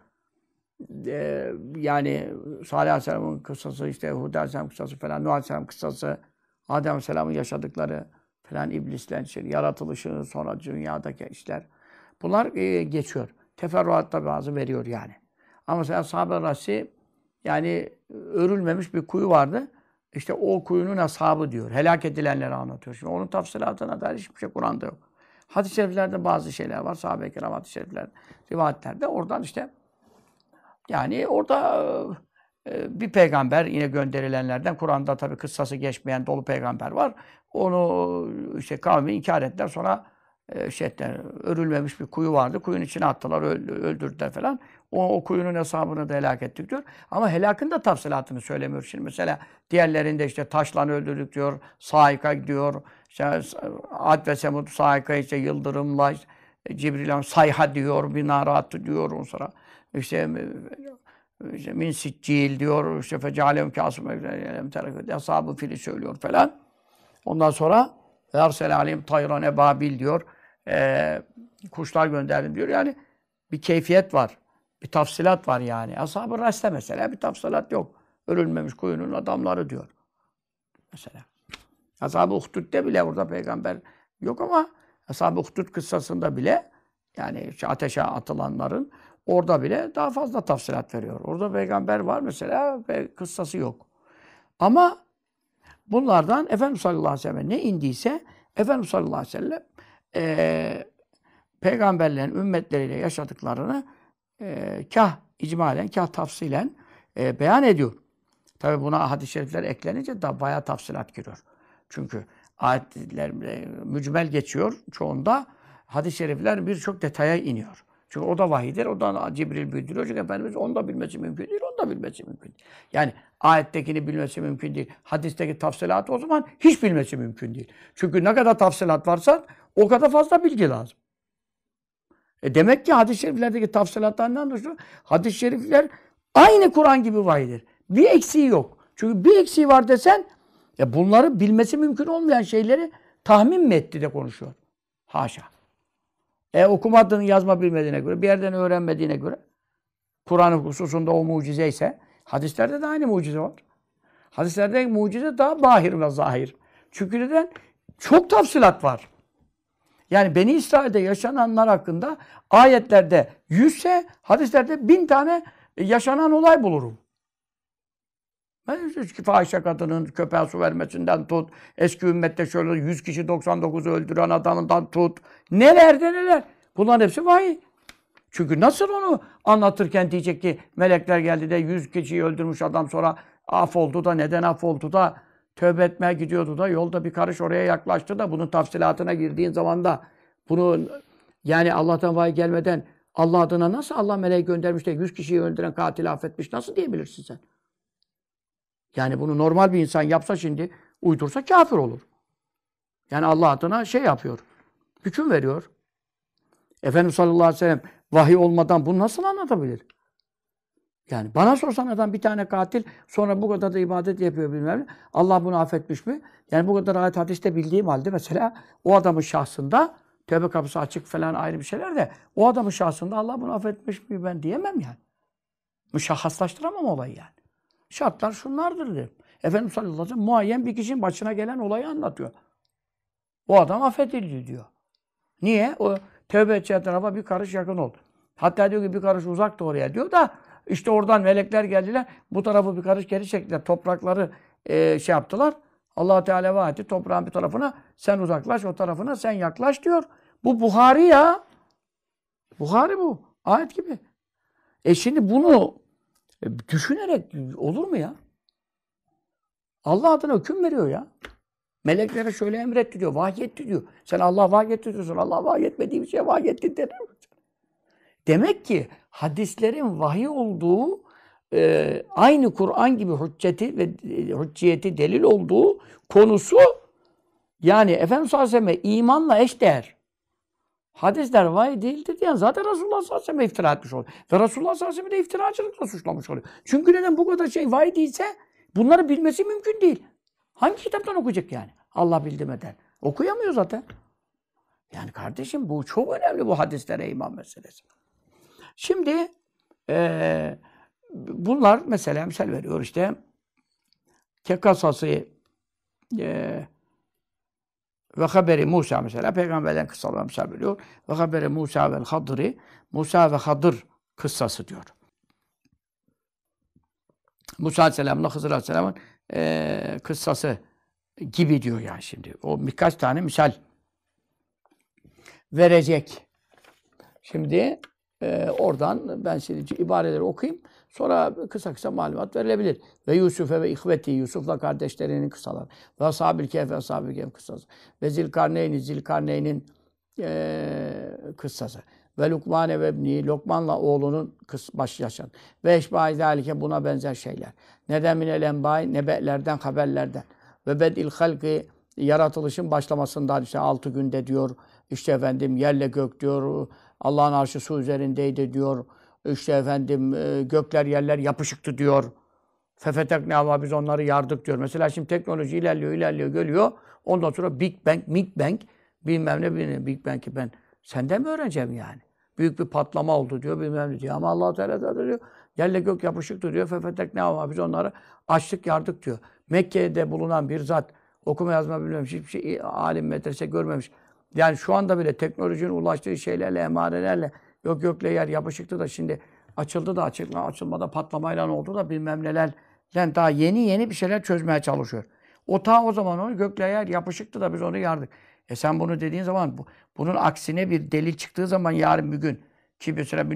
Yani Salih Aleyhisselam'ın kıssası, işte Hud Aleyhisselam kıssası falan, Nuh Aleyhisselam kıssası, Adem Aleyhisselam'ın yaşadıkları falan iblisler, işte yaratılışın sonra dünyadaki işler. Bunlar geçiyor. Teferruatta bazı veriyor yani. Ama mesela Ashab-ı Rassi yani örülmemiş bir kuyu vardı. İşte o kuyunun ashabı diyor. Helak edilenleri anlatıyor. Şimdi onun tafsilatına dair hiçbir şey Kur'an'da yok. Hadis-i şeriflerde bazı şeyler var. Sahabe-i kiram hadis-i şerifler, rivayetlerde. Oradan işte yani orada bir peygamber yine gönderilenlerden Kur'an'da tabii kıssası geçmeyen dolu peygamber var. Onu işte kavmi inkar ettiler. Sonra örülmemiş bir kuyu vardı. Kuyunun içine attılar, öldürdüler falan. O kuyunun hesabını da helak ettik diyor. Ama helakın da tafsilatını söylemiyor. Şimdi mesela diğerlerinde işte taşla öldürdük diyor, saika diyor. İşte Ad ve Semud saika işte yıldırımla, işte, Cibril'e sayha diyor, bir nara attı diyor ondan sonra. İşte min siccil diyor, işte fecalehum kâsım ashab-ı fili söylüyor falan. Ondan sonra ersel aleyhim tayran ebabil diyor. Kuşlar gönderdim diyor. Yani bir keyfiyet var. Bir tafsilat var yani. Ashab-ı Ras'ta mesela bir tafsilat yok. Örülmemiş kuyunun adamları diyor. Mesela. Ashab-ı Uhdud'de bile orada peygamber yok ama Ashab-ı Uhdud kıssasında bile yani işte ateşe atılanların orada bile daha fazla tafsilat veriyor. Orada peygamber var mesela ve kıssası yok. Ama bunlardan Efendimiz sallallahu aleyhi ve sellem ne indiyse Efendimiz sallallahu aleyhi ve sellem peygamberlerin ümmetleriyle yaşadıklarını kah icmalen, kah tafsilen beyan ediyor. Tabi buna hadis-i şerifler eklenince daha bayağı tafsilat giriyor. Çünkü ayetler mücmel geçiyor çoğunda. Hadis-i şerifler birçok detaya iniyor. Çünkü o da vahiydir, o da Cibril bildiriyor. Çünkü Efendimiz onu da bilmesi mümkün değil, onu da bilmesi mümkün değil. Yani ayettekini bilmesi mümkün değil. Hadisteki tafsilatı o zaman hiç bilmesi mümkün değil. Çünkü ne kadar tafsilat varsa o kadar fazla bilgi lazım. Demek ki hadis-i şeriflerdeki tafsilatlarından dolayı hadis-i şerifler aynı Kur'an gibi vahiydir. Bir eksiği yok. Çünkü bir eksiği var desen bunları bilmesi mümkün olmayan şeyleri tahmin mi etti de konuşuyor. Haşa. Okumadığını yazma bilmediğine göre, bir yerden öğrenmediğine göre Kur'an hususunda o mucize ise hadislerde de aynı mucize var. Hadislerde mucize daha bahir ve zahir. Çünkü neden? Çok tafsilat var. Yani Beni İsrail'de yaşananlar hakkında ayetlerde 100'se hadislerde 1000 tane yaşanan olay bulurum. Fahişe kadının köpeğe su vermesinden tut, eski ümmette şöyle 100 kişi 99'u öldüren adamından tut. Nelerde neler. Bunların hepsi vahiy. Çünkü nasıl onu anlatırken diyecek ki melekler geldi de 100 kişiyi öldürmüş adam sonra af oldu da neden af oldu da tövbe etmeye gidiyordu da yolda bir karış oraya yaklaştı da bunun tafsilatına girdiğin zaman da bunu yani Allah'tan vahiy gelmeden Allah adına nasıl Allah meleği göndermiş de 100 kişiyi öldüren katili affetmiş nasıl diyebilirsin sen? Yani bunu normal bir insan yapsa şimdi uydursa kafir olur. Yani Allah adına şey yapıyor. Hüküm veriyor. Efendimiz sallallahu aleyhi ve sellem vahiy olmadan bunu nasıl anlatabilir? Yani bana sorsan adam bir tane katil sonra bu kadar da ibadet yapıyor bilmem ne. Allah bunu affetmiş mi? Yani bu kadar ayet hadiste bildiğim halde mesela o adamın şahsında tövbe kapısı açık falan ayrı bir şeyler de o adamın şahsında Allah bunu affetmiş mi ben diyemem yani. Müşahhaslaştıramam olayı yani. Şartlar şunlardır derim. Efendimiz sallallahu aleyhi ve sellem muayyen bir kişinin başına gelen olayı anlatıyor. O adam affedildi diyor. Niye? O tövbe edeceği tarafa bir karış yakın oldu. Hatta diyor ki bir karış uzak da oraya diyor da işte oradan melekler geldiler. Bu tarafı bir karış geri çektiler. Toprakları şey yaptılar. Allah Teala vaati toprağın bir tarafına sen uzaklaş, o tarafına sen yaklaş diyor. Bu Buhari ya. Buhari bu. Ayet gibi. Şimdi bunu düşünerek olur mu ya? Allah adına hüküm veriyor ya. Meleklere şöyle emretti diyor, vahyetti diyor. Sen Allah vahyetti diyorsun. Allah vahyetmediği bir şeye vahyetti denir mi? Demek ki hadislerin vahiy olduğu aynı Kur'an gibi hücceti ve hücciyeti delil olduğu konusu yani Efendimiz sallallahu aleyhi ve sellem imanla eşdeğer. Hadisler vahiy değildir diyen zaten Resulullah sallallahu aleyhi ve sellem iftira etmiş oluyor. Ve Resulullah sallallahu aleyhi ve sellem de iftiracılıkla suçlamış oluyor. Çünkü neden bu kadar şey vahiy değilse bunları bilmesi mümkün değil. Hangi kitaptan okuyacak yani? Allah bildirmeden. Okuyamıyor zaten. Yani kardeşim bu çok önemli bu hadislere iman meselesi. Şimdi bunlar mesela misal veriyor işte kekasası Ve haberi Musa mesela peygamberden kıssalar mesela biliyor. Ve haberi Musa vel Hadri, Musa ve Hadır kıssası diyor. Musa Aleyhisselam'la Hızır Aleyhisselam'ın kıssası gibi diyor yani şimdi. O birkaç tane misal verecek. Şimdi oradan ben şimdi ibareleri okuyayım. Sonra kısa kısa malumat verilebilir. Ve Yusuf'e ve ihveti, Yusuf'la kardeşlerinin kıssaları. Ve Ashab-ı Kehf ve Ashab-ı Kehf kıssası. Ve Zilkarneyn'in kıssası. Ve Lukmane ve ibni, Lokman'la oğlunun yaşayan. Ve eşbâi zâlike buna benzer şeyler. Neden minel enbâi, nebe'lerden, haberlerden. Ve bed'il halki, yaratılışın başlamasından işte 6 günde diyor. İşte efendim yerle gök diyor. Allah'ın arşı su üzerindeydi diyor. İşte efendim gökler yerler yapışıktı diyor. Fefetekne ama biz onları yardık diyor. Mesela şimdi teknoloji ilerliyor, geliyor. Ondan sonra Big Bang bilmem ne Big Bang'i ben senden mi öğreneceğim yani? Büyük bir patlama oldu diyor bilmem ne diyor. Ama Allah Teala da diyor yerle gök yapışıktı diyor. Fefetekne ama biz onları açtık yardık diyor. Mekke'de bulunan bir zat okuma yazma bilmemiş, hiçbir şey alim medrese görmemiş. Yani şu anda bile teknolojinin ulaştığı şeylerle, emarelerle yok gökle yer yapışıktı da şimdi açıldı da açılmada patlamayla oldu da bilmem neler. Yani daha yeni bir şeyler çözmeye çalışıyor. O zaman onu gökle yer yapışıktı da biz onu yardık. Sen bunu dediğin zaman bunun aksine bir delil çıktığı zaman yarın bir gün ki mesela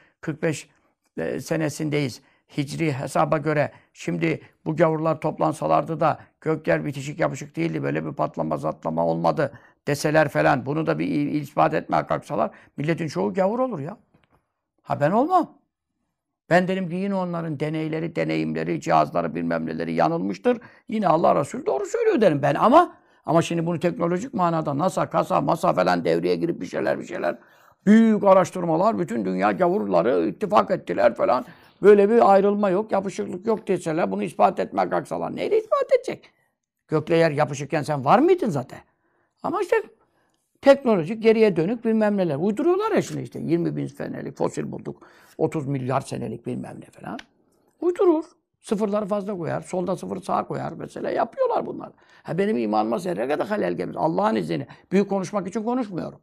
1445 senesindeyiz. Hicri hesaba göre şimdi bu gavurlar toplansalardı da gökler bitişik yapışık değildi. Böyle bir patlama zatlama olmadı deseler falan. Bunu da bir ispat etmeye kalksalar milletin çoğu gavur olur ya. Ha ben olmam. Ben derim ki yine onların deneyleri, deneyimleri, cihazları bilmem neleri yanılmıştır. Yine Allah Resulü doğru söylüyor derim ben ama şimdi bunu teknolojik manada NASA, KASA, MASA falan devreye girip bir şeyler büyük araştırmalar, bütün dünya gavurları ittifak ettiler falan. Böyle bir ayrılma yok, yapışıklık yok deseler, bunu ispat etmeye kalksalar neyle ispat edecek? Gökle yer yapışıkken sen var mıydın zaten? Ama işte teknolojik geriye dönük bilmem neler. Uyduruyorlar ya şimdi işte 20 bin senelik fosil bulduk. 30 milyar senelik bilmem ne falan. Uydurur. Sıfırları fazla koyar. Solda sıfır sağa koyar. Mesela yapıyorlar bunlar. Ha benim imanıma zerre kadar halel gelmez. Allah'ın izniyle. Büyük konuşmak için konuşmuyorum.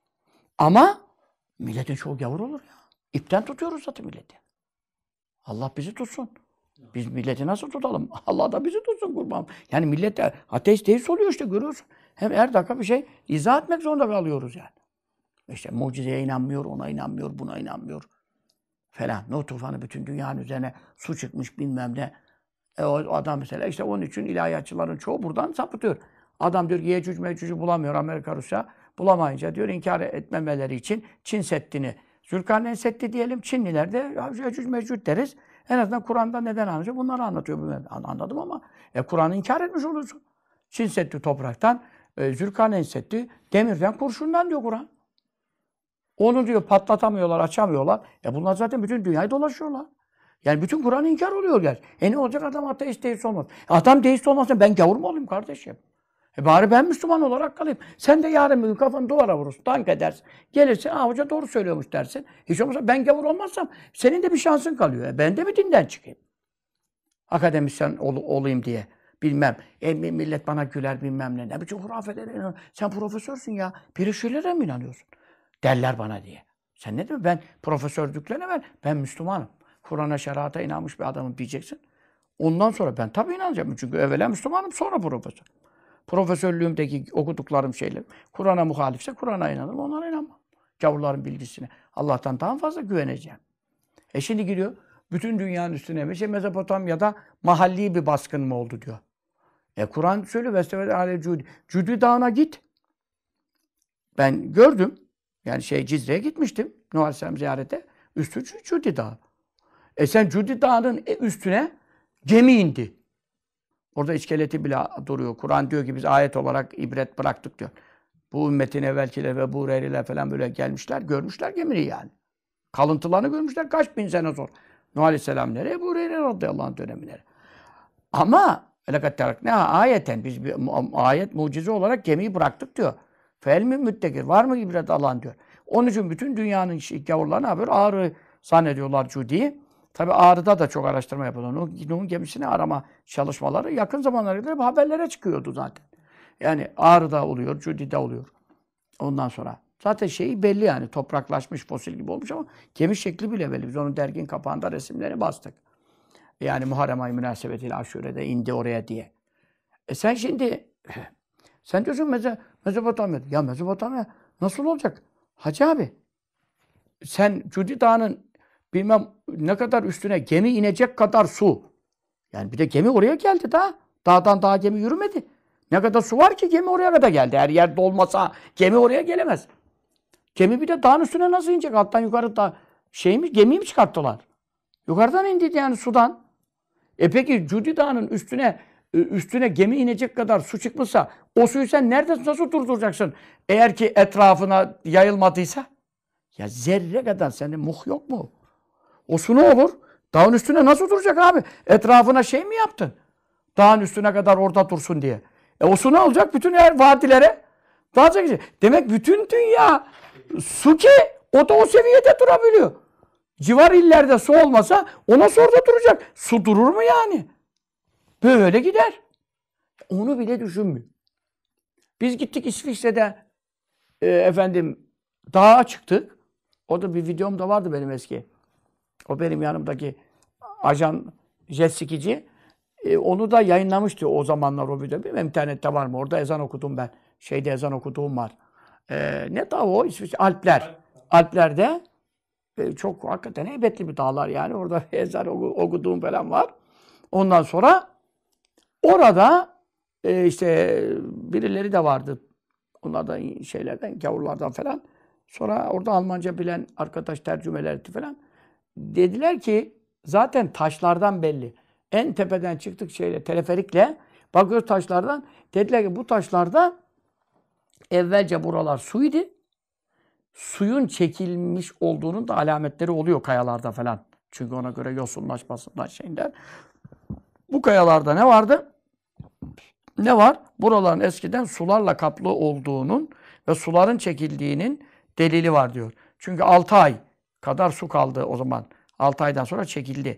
Ama milletin çoğu gavur olur ya. İpten tutuyoruz zaten milleti. Allah bizi tutsun. Biz milleti nasıl tutalım? Allah da bizi tutsun kurban. Yani millet ateist deist oluyor işte görüyorsun. Hem her dakika bir şey izah etmek zorunda kalıyoruz yani. İşte mucizeye inanmıyor, ona inanmıyor, buna inanmıyor falan. Nuh tufanı bütün dünyanın üzerine su çıkmış bilmem ne. O adam mesela işte onun için ilahiyatçıların çoğu buradan sapıtıyor. Adam diyor ki Yecüc Mecüc'ü bulamıyor Amerika Rusya. Bulamayınca diyor inkar etmemeleri için Çin Seddi'ni. Zülkarneyn Seddi diyelim Çinliler de Yecüc Mecüc deriz. En azından Kur'an'da neden anlatıyor? Bunları anlatıyor. Anladım ama Kur'an'ı inkar etmiş olursun. Çin Seddi topraktan, Zülkarneyn Seddi demirden, kurşundan diyor Kur'an. Onu diyor patlatamıyorlar, açamıyorlar. Bunlar zaten bütün dünyayı dolaşıyorlar. Yani bütün Kur'an inkar oluyor yani. Ne olacak adam ateist deist olmaz. Adam deist olmazsa ben gavur mu olayım kardeşim? Bari ben Müslüman olarak kalayım. Sen de yarın bir gün kafanı duvara vurursun, dank edersin. Gelirsin, hoca doğru söylüyormuş dersin. Hiç olmazsa ben gavur olmazsam senin de bir şansın kalıyor. Ben de mi dinden çıkayım? Akademisyen olayım diye. Bilmem. Millet bana güler bilmem ne. Ne biçim hurafelere inanıyorsun? Sen profesörsün ya. Bir şeylere mi inanıyorsun? Derler bana diye. Sen ne diyorsun? Ben profesörlüklerine ben Müslümanım. Kur'an'a, şerata inanmış bir adamım diyeceksin. Ondan sonra ben tabii inanacağım. Çünkü evvela Müslümanım sonra profesör. Profesörlüğümdeki okuduklarım şeyler. Kur'an'a muhalifse Kur'an'a inanırım, onlara inanmam. Gavurların bilgisine. Allah'tan daha fazla güveneceğim. Şimdi gidiyor. Bütün dünyanın üstüne Mezopotamya'da mahalli bir baskın mı oldu diyor. Kur'an söylüyor. Vestevet ale Cudi. Cudi Dağı'na git. Ben gördüm. Yani Cizre'ye gitmiştim. Nuh Aleyhisselam ziyarete. Üstü Cudi Dağı. Sen Cudi Dağı'nın üstüne gemi indi. Orada iskeleti bile duruyor. Kur'an diyor ki biz ayet olarak ibret bıraktık diyor. Bu ümmetin evvelkiler ve bu Hureyre'ler falan böyle gelmişler, görmüşler gemiyi yani. Kalıntılarını görmüşler kaç bin sene sonra. Nuh Aleyhisselam nereye? Bu Hureyre radıyallahu anh dönemine. Ama ne ayeten biz bir ayet mucize olarak gemiyi bıraktık diyor. Fel mi müttekir? Var mı ibret alan diyor. Onun için bütün dünyanın gavurları ne yapıyor? Ağrı zannediyorlar Cudi'yi. Tabi Ağrı'da da çok araştırma yapıyorlar. Nuh'un gemisini arama çalışmaları yakın zamanlara kadar haberlere çıkıyordu zaten. Yani Ağrı'da oluyor, Cudi'de oluyor. Ondan sonra. Zaten şeyi belli yani. Topraklaşmış, fosil gibi olmuş ama gemi şekli bile belli. Biz onun dergin kapağında resimlerini bastık. Yani Muharrem ayı münasebetiyle Aşure'de indi oraya diye. Sen şimdi sen diyorsun Mezopotamya. Ya Mezopotamya nasıl olacak? Hacı abi sen Cudi Dağı'nın bilmem ne kadar üstüne gemi inecek kadar su. Yani bir de gemi oraya geldi daha. Dağdan dağa gemi yürümedi. Ne kadar su var ki gemi oraya kadar geldi. Her yer dolmasa gemi oraya gelemez. Gemi bir de dağın üstüne nasıl inecek? Alttan yukarı da gemiyi mi çıkarttılar? Yukarıdan indiydi yani sudan. Peki Cudi Dağı'nın üstüne gemi inecek kadar su çıkmışsa o suyu sen nerede nasıl durduracaksın? Eğer ki etrafına yayılmadıysa ya zerre kadar senin muh yok mu? O su ne olur? Dağın üstüne nasıl duracak abi? Etrafına şey mi yaptın? Dağın üstüne kadar orada dursun diye. O su ne olacak? Bütün her vadilere dağılacak. Demek bütün dünya su ki o da o seviyede durabiliyor. Civar illerde su olmasa o nasıl orada duracak? Su durur mu yani? Böyle gider. Onu bile düşünmüyor. Biz gittik İsviçre'de dağa çıktık. Orada bir videom da vardı benim eski. O benim yanımdaki ajan jet skici. Onu da yayınlamıştı o zamanlar o video. Bilmem internette var mı? Orada ezan okudum ben. Şeyde ezan okuduğum var. Ne dağı o? İsviçre, Alpler. Alplerde çok hakikaten heybetli bir dağlar yani. Orada ezan okuduğum falan var. Ondan sonra orada işte birileri de vardı. Onlar da şeylerden, gavurlardan falan. Sonra orada Almanca bilen arkadaş tercümeler etti falan. Dediler ki zaten taşlardan belli. En tepeden çıktık teleferikle bakıyoruz taşlardan. Dediler ki bu taşlarda evvelce buralar suydu. Suyun çekilmiş olduğunun da alametleri oluyor kayalarda falan. Çünkü ona göre yosunlaşmasından şeyinden. Bu kayalarda ne vardı? Ne var? Buraların eskiden sularla kaplı olduğunun ve suların çekildiğinin delili var diyor. Çünkü 6 ay kadar su kaldı o zaman. 6 aydan sonra çekildi.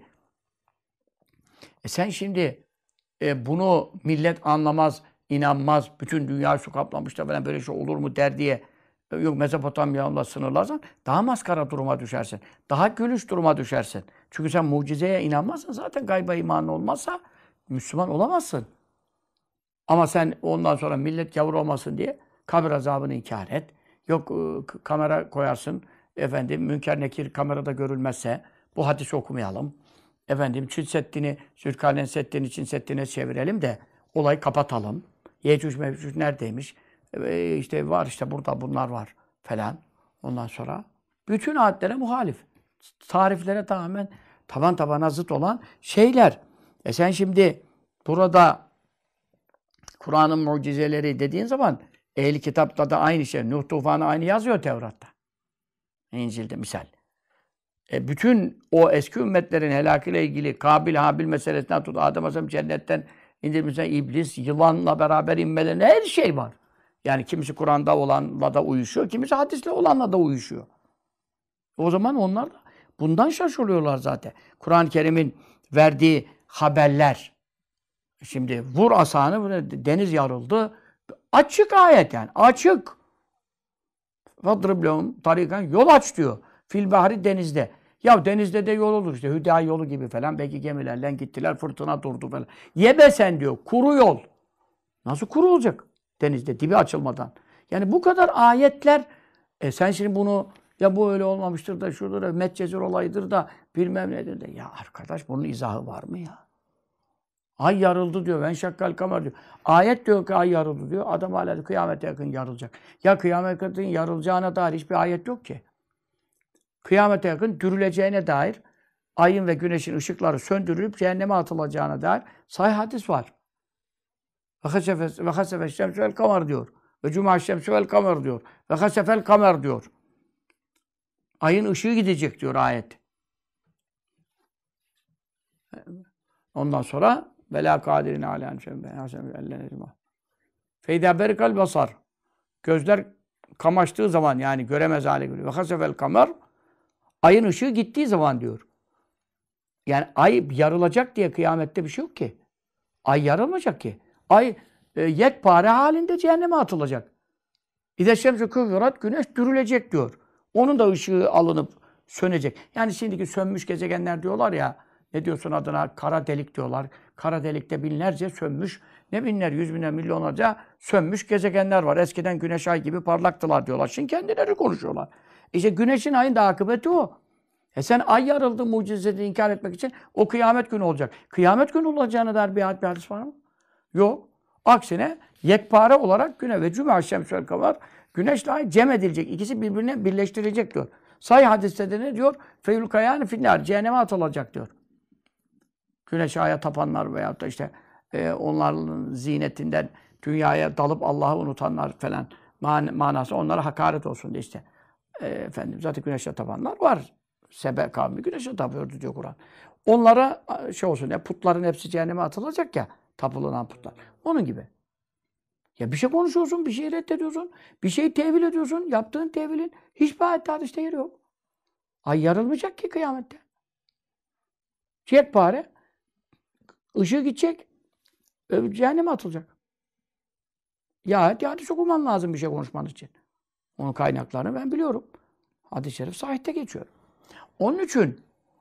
Sen şimdi bunu millet anlamaz, inanmaz, bütün dünya su kaplamış da falan böyle şey olur mu der diye yok Mezopotamya'la sınırlarsan daha maskara duruma düşersin. Daha gülüş duruma düşersin. Çünkü sen mucizeye inanmazsan zaten gayba imanın olmazsa Müslüman olamazsın. Ama sen ondan sonra millet gavur olmasın diye kabir azabını inkar et. Yok kamera koyarsın. Münker nekir kamerada görülmezse bu hadisi okumayalım. Çin Seddi'ni, Zülkarneyn Seddi'ni Çin Seddi'ne çevirelim de olayı kapatalım. Yecüc Mevcüc neredeymiş? İşte var işte burada bunlar var falan. Ondan sonra bütün ayetlere muhalif. Tariflere tamamen taban tabana zıt olan şeyler. Sen şimdi burada Kur'an'ın mucizeleri dediğin zaman Ehl-i Kitap'ta da aynı şey. Nuh tufanı aynı yazıyor Tevrat'ta. İncil'de misal. Bütün o eski ümmetlerin helakıyla ilgili Kabil, Habil meselesinden tut, Adem Aleyhisselam cennetten indirmişten iblis, yılanla beraber inmelerine her şey var. Yani kimisi Kur'an'da olanla da uyuşuyor, kimisi hadisle olanla da uyuşuyor. O zaman onlar da bundan şaşırıyorlar zaten. Kur'an-ı Kerim'in verdiği haberler. Şimdi vur asanı, deniz yarıldı. Açık ayet yani, açık. وَضْرِبْ لَهُمْ tarikan yol aç diyor. Fil bahri denizde. Ya denizde de yol olur işte. Hüda yolu gibi falan. Belki gemilerle gittiler. Fırtına durdu falan. Yebe sen diyor. Kuru yol. Nasıl kuru olacak? Denizde dibi açılmadan. Yani bu kadar ayetler sen şimdi bunu ya bu öyle olmamıştır da şurada da Medcezir olayıdır da bilmem nedir de. Ya arkadaş bunun izahı var mı ya? Ay yarıldı diyor. Ben şakkal kamer diyor. Ayet diyor ki ay yarıldı diyor. Adam hala kıyamete yakın yarılacak. Ya kıyamete yakın yarılacağına dair hiçbir ayet yok ki. Kıyamete yakın dürüleceğine dair ayın ve güneşin ışıkları söndürülüp cehenneme atılacağına dair sahih hadis var. Ve hasefel şemsü vel kamer diyor. Ve cuma şemsü vel kamer diyor. Ve hasefel kamer diyor. Ayın ışığı gidecek diyor ayet. Ondan sonra Vela kadirine alen Feyda berikal basar. Gözler kamaştığı zaman yani göremez hale geliyor. Ve hasefel kamer ayın ışığı gittiği zaman diyor. Yani ay yarılacak diye kıyamette bir şey yok ki. Ay yarılmayacak ki. Ay yekpare halinde cehenneme atılacak. İde şemsü küvverat, güneş dürülecek diyor. Onun da ışığı alınıp sönecek. Yani şimdiki sönmüş gezegenler diyorlar ya, ne diyorsun adına? Kara delik diyorlar. Kara delikte binlerce sönmüş, ne binler, yüz binler, milyonlarca sönmüş gezegenler var. Eskiden güneş ay gibi parlaktılar diyorlar. Şimdi kendileri konuşuyorlar. İşte güneşin ayın da akıbeti o. Sen ay yarıldı mucizesini inkar etmek için o kıyamet günü olacak. Kıyamet günü olacağına dair bir hadis var mı? Yok. Aksine yekpare olarak güne ve cüme şemsül kamer, güneşle ay cem edilecek. İkisi birbirine birleştirilecek diyor. Sahih hadiste de ne diyor? Feyül kayâni finnâr, cehenneme atılacak diyor. Güneşe aya tapanlar veyahut da işte onların zinetinden dünyaya dalıp Allah'ı unutanlar falan manası onlara hakaret olsun diye işte. Efendim zaten güneşe tapanlar var. Sebe kavmi güneşe tapıyordu diyor Kur'an. Onlara şey olsun ya, putların hepsi cehenneme atılacak ya, tapılan putlar. Onun gibi. Ya bir şey konuşuyorsun, bir şey reddediyorsun, bir şey tevil ediyorsun. Yaptığın tevilin hiçbir ayette hadiste yeri yok. Ay yarılmayacak ki kıyamette. Yekpare, ışığı gidecek, cehenneme atılacak. Ya hadis okuman lazım bir şey konuşman için. Onun kaynaklarını ben biliyorum. Hadis-i şerif sahihte geçiyor. Onun için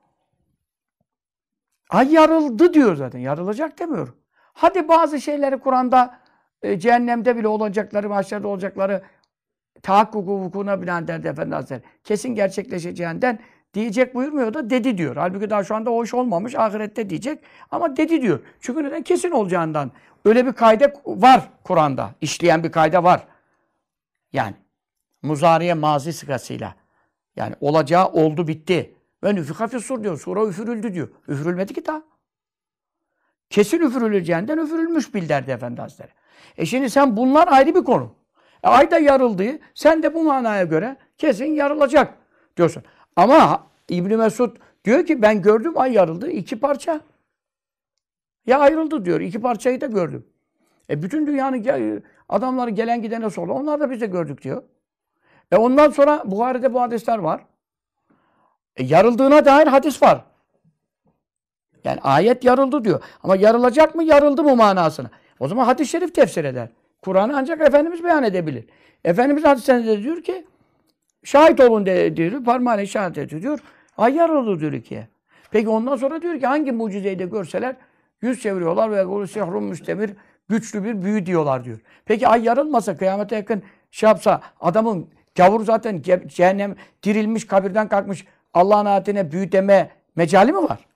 ay yarıldı diyor zaten. Yarılacak demiyor. Hadi bazı şeyleri Kur'an'da cehennemde bile olacakları, mahşerde olacakları tahakkuku vukuna binaen derdi Efendi Hazretleri. Kesin gerçekleşeceğinden diyecek buyurmuyor da dedi diyor. Halbuki daha şu anda o iş olmamış. Ahirette diyecek ama dedi diyor. Çünkü neden? Kesin olacağından. Öyle bir kaide var Kur'an'da. İşleyen bir kaide var. Yani muzariye mazi sıgasıyla. Yani olacağı oldu bitti. Ve nüfika fissur diyor. Sura üfürüldü diyor. Üfürülmedi ki daha. Kesin üfürüleceğinden üfürülmüş bil derdi Efendi Hazretleri. Şimdi sen bunlar ayrı bir konu. Ay da yarıldı. Sen de bu manaya göre kesin yarılacak diyorsun. Ama İbn Mesud diyor ki ben gördüm ay yarıldı. 2 parça. Ya ayrıldı diyor. 2 parçayı da gördüm. Bütün dünyanın adamları gelen gidene sordu. Onlar da biz de gördük diyor. Ondan sonra Buhari'de bu hadisler var. Yarıldığına dair hadis var. Yani ayet yarıldı diyor. Ama yarılacak mı, yarıldı mı manasını. O zaman hadis-i şerif tefsir eder. Kur'an'ı ancak Efendimiz beyan edebilir. Efendimiz hadisinde de diyor ki şahit olun diyor. Parmağıyla işaret ediyor diyor. Ay yarıldı diyor ikiye. Peki ondan sonra diyor ki hangi mucizeyi de görseler yüz çeviriyorlar ve sihrun müstemir, güçlü bir büyü diyorlar diyor. Peki ay yarılmasa, kıyamete yakın şey yapsa, adamın gavur zaten cehennem dirilmiş, kabirden kalkmış, Allah'ın ayetine büyü deme mecali mi var?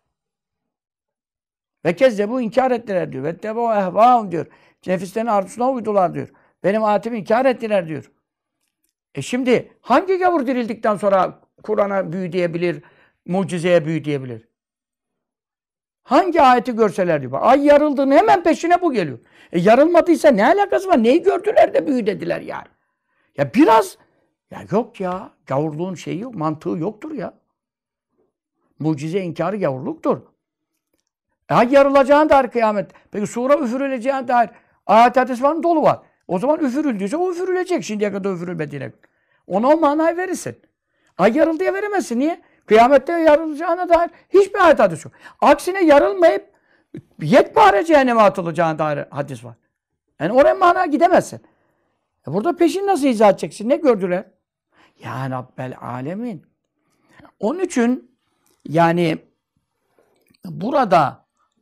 Ve kezzebu inkar ettiler diyor. Ve tebeu ehvâhum diyor. Nefislerinin arzusuna uydular diyor. Benim ayetimi inkar ettiler diyor. Şimdi hangi gavur dirildikten sonra Kur'an'a büyü diyebilir, mucizeye büyü diyebilir? Hangi ayeti görseler diyor. Ay yarıldığını hemen peşine bu geliyor. Yarılmadıysa ne alakası var? Neyi gördüler de büyü dediler yani? Ya biraz, ya yok ya. Gavurluğun şeyi yok, mantığı yoktur ya. Mucize inkarı gavurluktur. Ay yarılacağına dair kıyamet. Peki sura üfürüleceğine dair ayet hadis var mı? Dolu var. O zaman üfürüldüyse o üfürülecek. Şimdiye kadar üfürülmediğine. Ona o manayı verirsin. Ay yarıldı diye veremezsin. Niye? Kıyamette yarılacağına dair hiçbir ayet hadis yok. Aksine yarılmayıp yekpare cehenneme atılacağına dair hadis var. Yani oraya manaya gidemezsin. Burada peşin nasıl izah edeceksin? Ne gördüler? Ya Rabbel Alemin. Onun için yani burada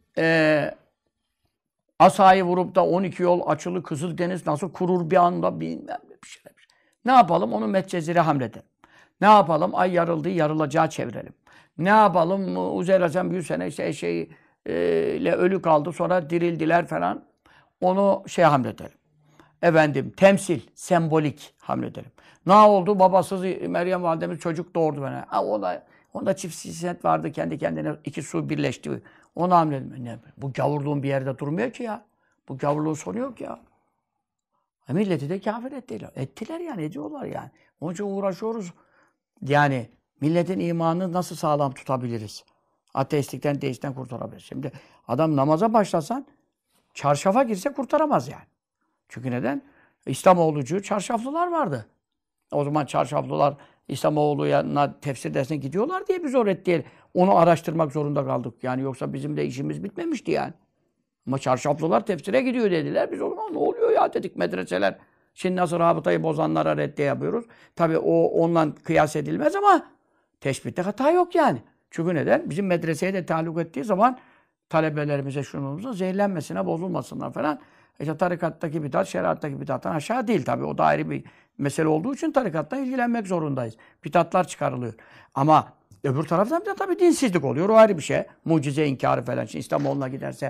asayı vurup da 12 yol açılı Kızıldeniz nasıl kurur bir anda bilmem bir şey. Ne yapalım? Onu Medcezir'e hamledelim. Ne yapalım? Ay yarıldı, yarılacağı çevirelim. Ne yapalım? Uzeyr Aleyhisselam 100 sene işte ile ölü kaldı. Sonra dirildiler falan. Onu hamledelim. Efendim, temsil, sembolik hamledelim. Ne oldu? Babasız Meryem Validemiz çocuk doğurdu bana. Onda çift cinsiyet vardı. Kendi kendine 2 su birleşti. Onu hamledelim. Ne? Bu gavurluğun bir yerde durmuyor ki ya. Bu gavurluğun sonu yok ya. Milleti de kafir ettiler. Ettiler yani, ediyorlar yani. Onun için uğraşıyoruz. Yani milletin imanını nasıl sağlam tutabiliriz? Ateistlikten, deistten kurtarabiliriz. Şimdi adam namaza başlasan çarşafa girse kurtaramaz yani. Çünkü neden? İslamoğlucu çarşaflılar vardı. O zaman çarşaflılar İslamoğlu'na tefsir dersine gidiyorlar diye biz onu araştırmak zorunda kaldık. Yani yoksa bizim de işimiz bitmemişti yani. Ama çarşaflılar tefsire gidiyor dediler. Biz o zaman ne oluyor ya dedik medreseler. Şimdi nasıl rabıtayı bozanlara reddiye yapıyoruz. Tabii o onunla kıyas edilmez ama teşbihte hata yok yani. Çünkü neden? Bizim medreseye de taluk ettiği zaman talebelerimize şunumuzun zehirlenmesine, bozulmasınlar falan. İşte tarikattaki bidat, şeriattaki bidattan aşağı değil tabii. O da ayrı bir mesele olduğu için tarikattan ilgilenmek zorundayız. Bidatlar çıkarılıyor. Ama öbür taraftan da tabii dinsizlik oluyor. O ayrı bir şey. Mucize inkarı falan. Şimdi İstanbul'a giderse,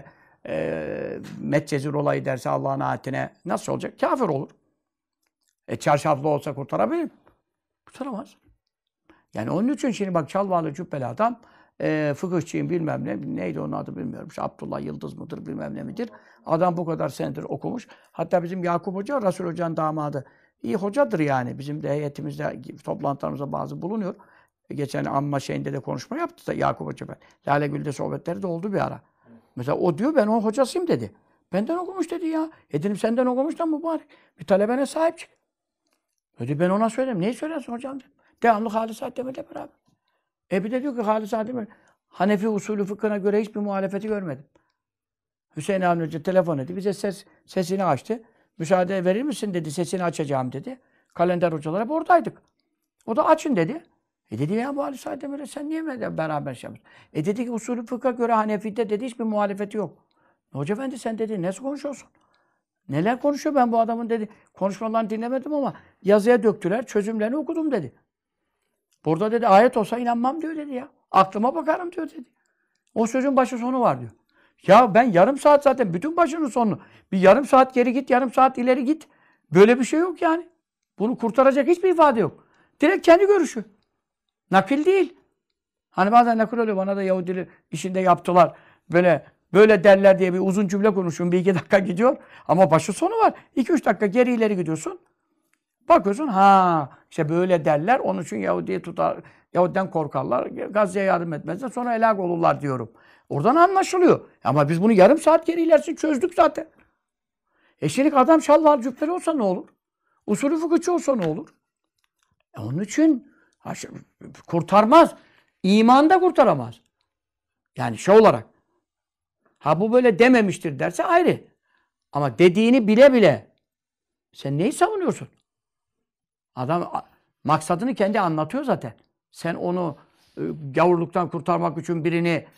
Medcezir olayı derse Allah'ın ayetine nasıl olacak? Kafir olur. Çarşaflı olsa kurtarabilir mi? Kurtaramaz. Yani onun için şimdi bak Çalvalı Cübbeli adam fıkıhçıyım bilmem ne, neydi onun adı bilmiyorum. İşte Abdullah Yıldız mıdır bilmem ne midir. Adam bu kadar senedir okumuş. Hatta bizim Yakup Hoca, Resul Hoca'nın damadı. İyi hocadır yani. Bizim de heyetimizde, toplantılarımızda bazı bulunuyor. Geçen amma şeyinde de konuşma yaptı da Yakup Hoca ben. Lale Gül'de sohbetleri de oldu bir ara. Mesela o diyor ben onun hocasıyım dedi. Benden okumuş dedi ya. Dedim senden okumuş da mübarek. Bir talebene sahip çık. Dedi ben ona söyledim. Neyi söylersin hocam dedim. Devamlı Halis Adem'le beraber. Bir de diyor ki Halis Adem Hanefi usulü fıkhına göre hiçbir muhalefeti görmedim. Hüseyin Avni Hoca telefon etti. Bize sesini açtı. Müsaade verir misin dedi. Sesini açacağım dedi. Kalender hocalar hep oradaydık. O da açın dedi. Dedi ya bu Halis Adem'le sen niye beraber şey yapıyorsun? Dedi ki usulü fıkha göre Hanefi'de dedi hiçbir muhalefeti yok. Hoca efendi sen dedi nasıl konuşuyorsun? Neler konuşuyor ben bu adamın dedi. Konuşmalarını dinlemedim ama yazıya döktüler. Çözümlerini okudum dedi. Burada dedi ayet olsa inanmam diyor dedi ya. Aklıma bakarım diyor dedi. O sözün başı sonu var diyor. Ya ben yarım saat zaten bütün başının sonunu. Bir yarım saat geri git, yarım saat ileri git. Böyle bir şey yok yani. Bunu kurtaracak hiçbir ifade yok. Direkt kendi görüşü. Nakil değil. Hani bazen nakil oluyor. Bana da Yahudili işinde yaptılar. Böyle derler diye bir uzun cümle konuşuyorum. Bir iki dakika gidiyor. Ama başı sonu var. 2-3 dakika geri ileri gidiyorsun. Bakıyorsun işte böyle derler. Onun için Yahudi'yi tutar. Yahudiden korkarlar. Gazze'ye yardım etmezler. Sonra helak olurlar diyorum. Oradan anlaşılıyor. Ama biz bunu yarım saat geri ilerisini çözdük zaten. Şimdi adam şalvar cübbeli olsa ne olur? Usulü fıkıhçı olsa ne olur? Onun için kurtarmaz. İman da kurtaramaz. Yani şey olarak. Bu böyle dememiştir derse ayrı. Ama dediğini bile bile sen neyi savunuyorsun? Adam maksadını kendi anlatıyor zaten. Sen onu gavurluktan kurtarmak için birini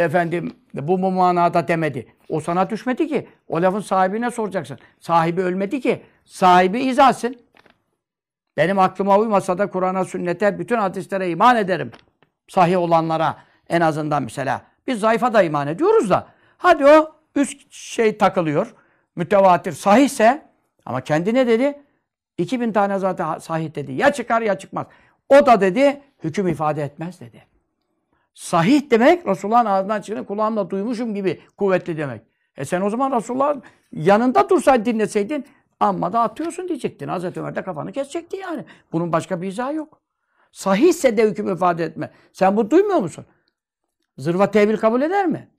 bu manada demedi. O sana düşmedi ki. O lafın sahibine soracaksın. Sahibi ölmedi ki. Sahibi izahsın. Benim aklıma uymasa da Kur'an'a, sünnete, bütün hadislere iman ederim. Sahih olanlara en azından mesela. Biz zayıfa da iman ediyoruz da. Hadi o üst şey takılıyor. Mütevatir sahihse ama kendi ne dedi? 2000 tane zaten sahih dedi. Ya çıkar ya çıkmaz. O da dedi hüküm ifade etmez dedi. Sahih demek Resulullah'ın ağzından çıktığını kulağımla duymuşum gibi kuvvetli demek. Sen o zaman Resulullah'ın yanında dursaydın dinleseydin amma da atıyorsun diyecektin. Hazreti Ömer de kafanı kesecekti yani. Bunun başka bir izahı yok. Sahihse de hüküm ifade etme. Sen bunu duymuyor musun? Zırva tevil kabul eder mi?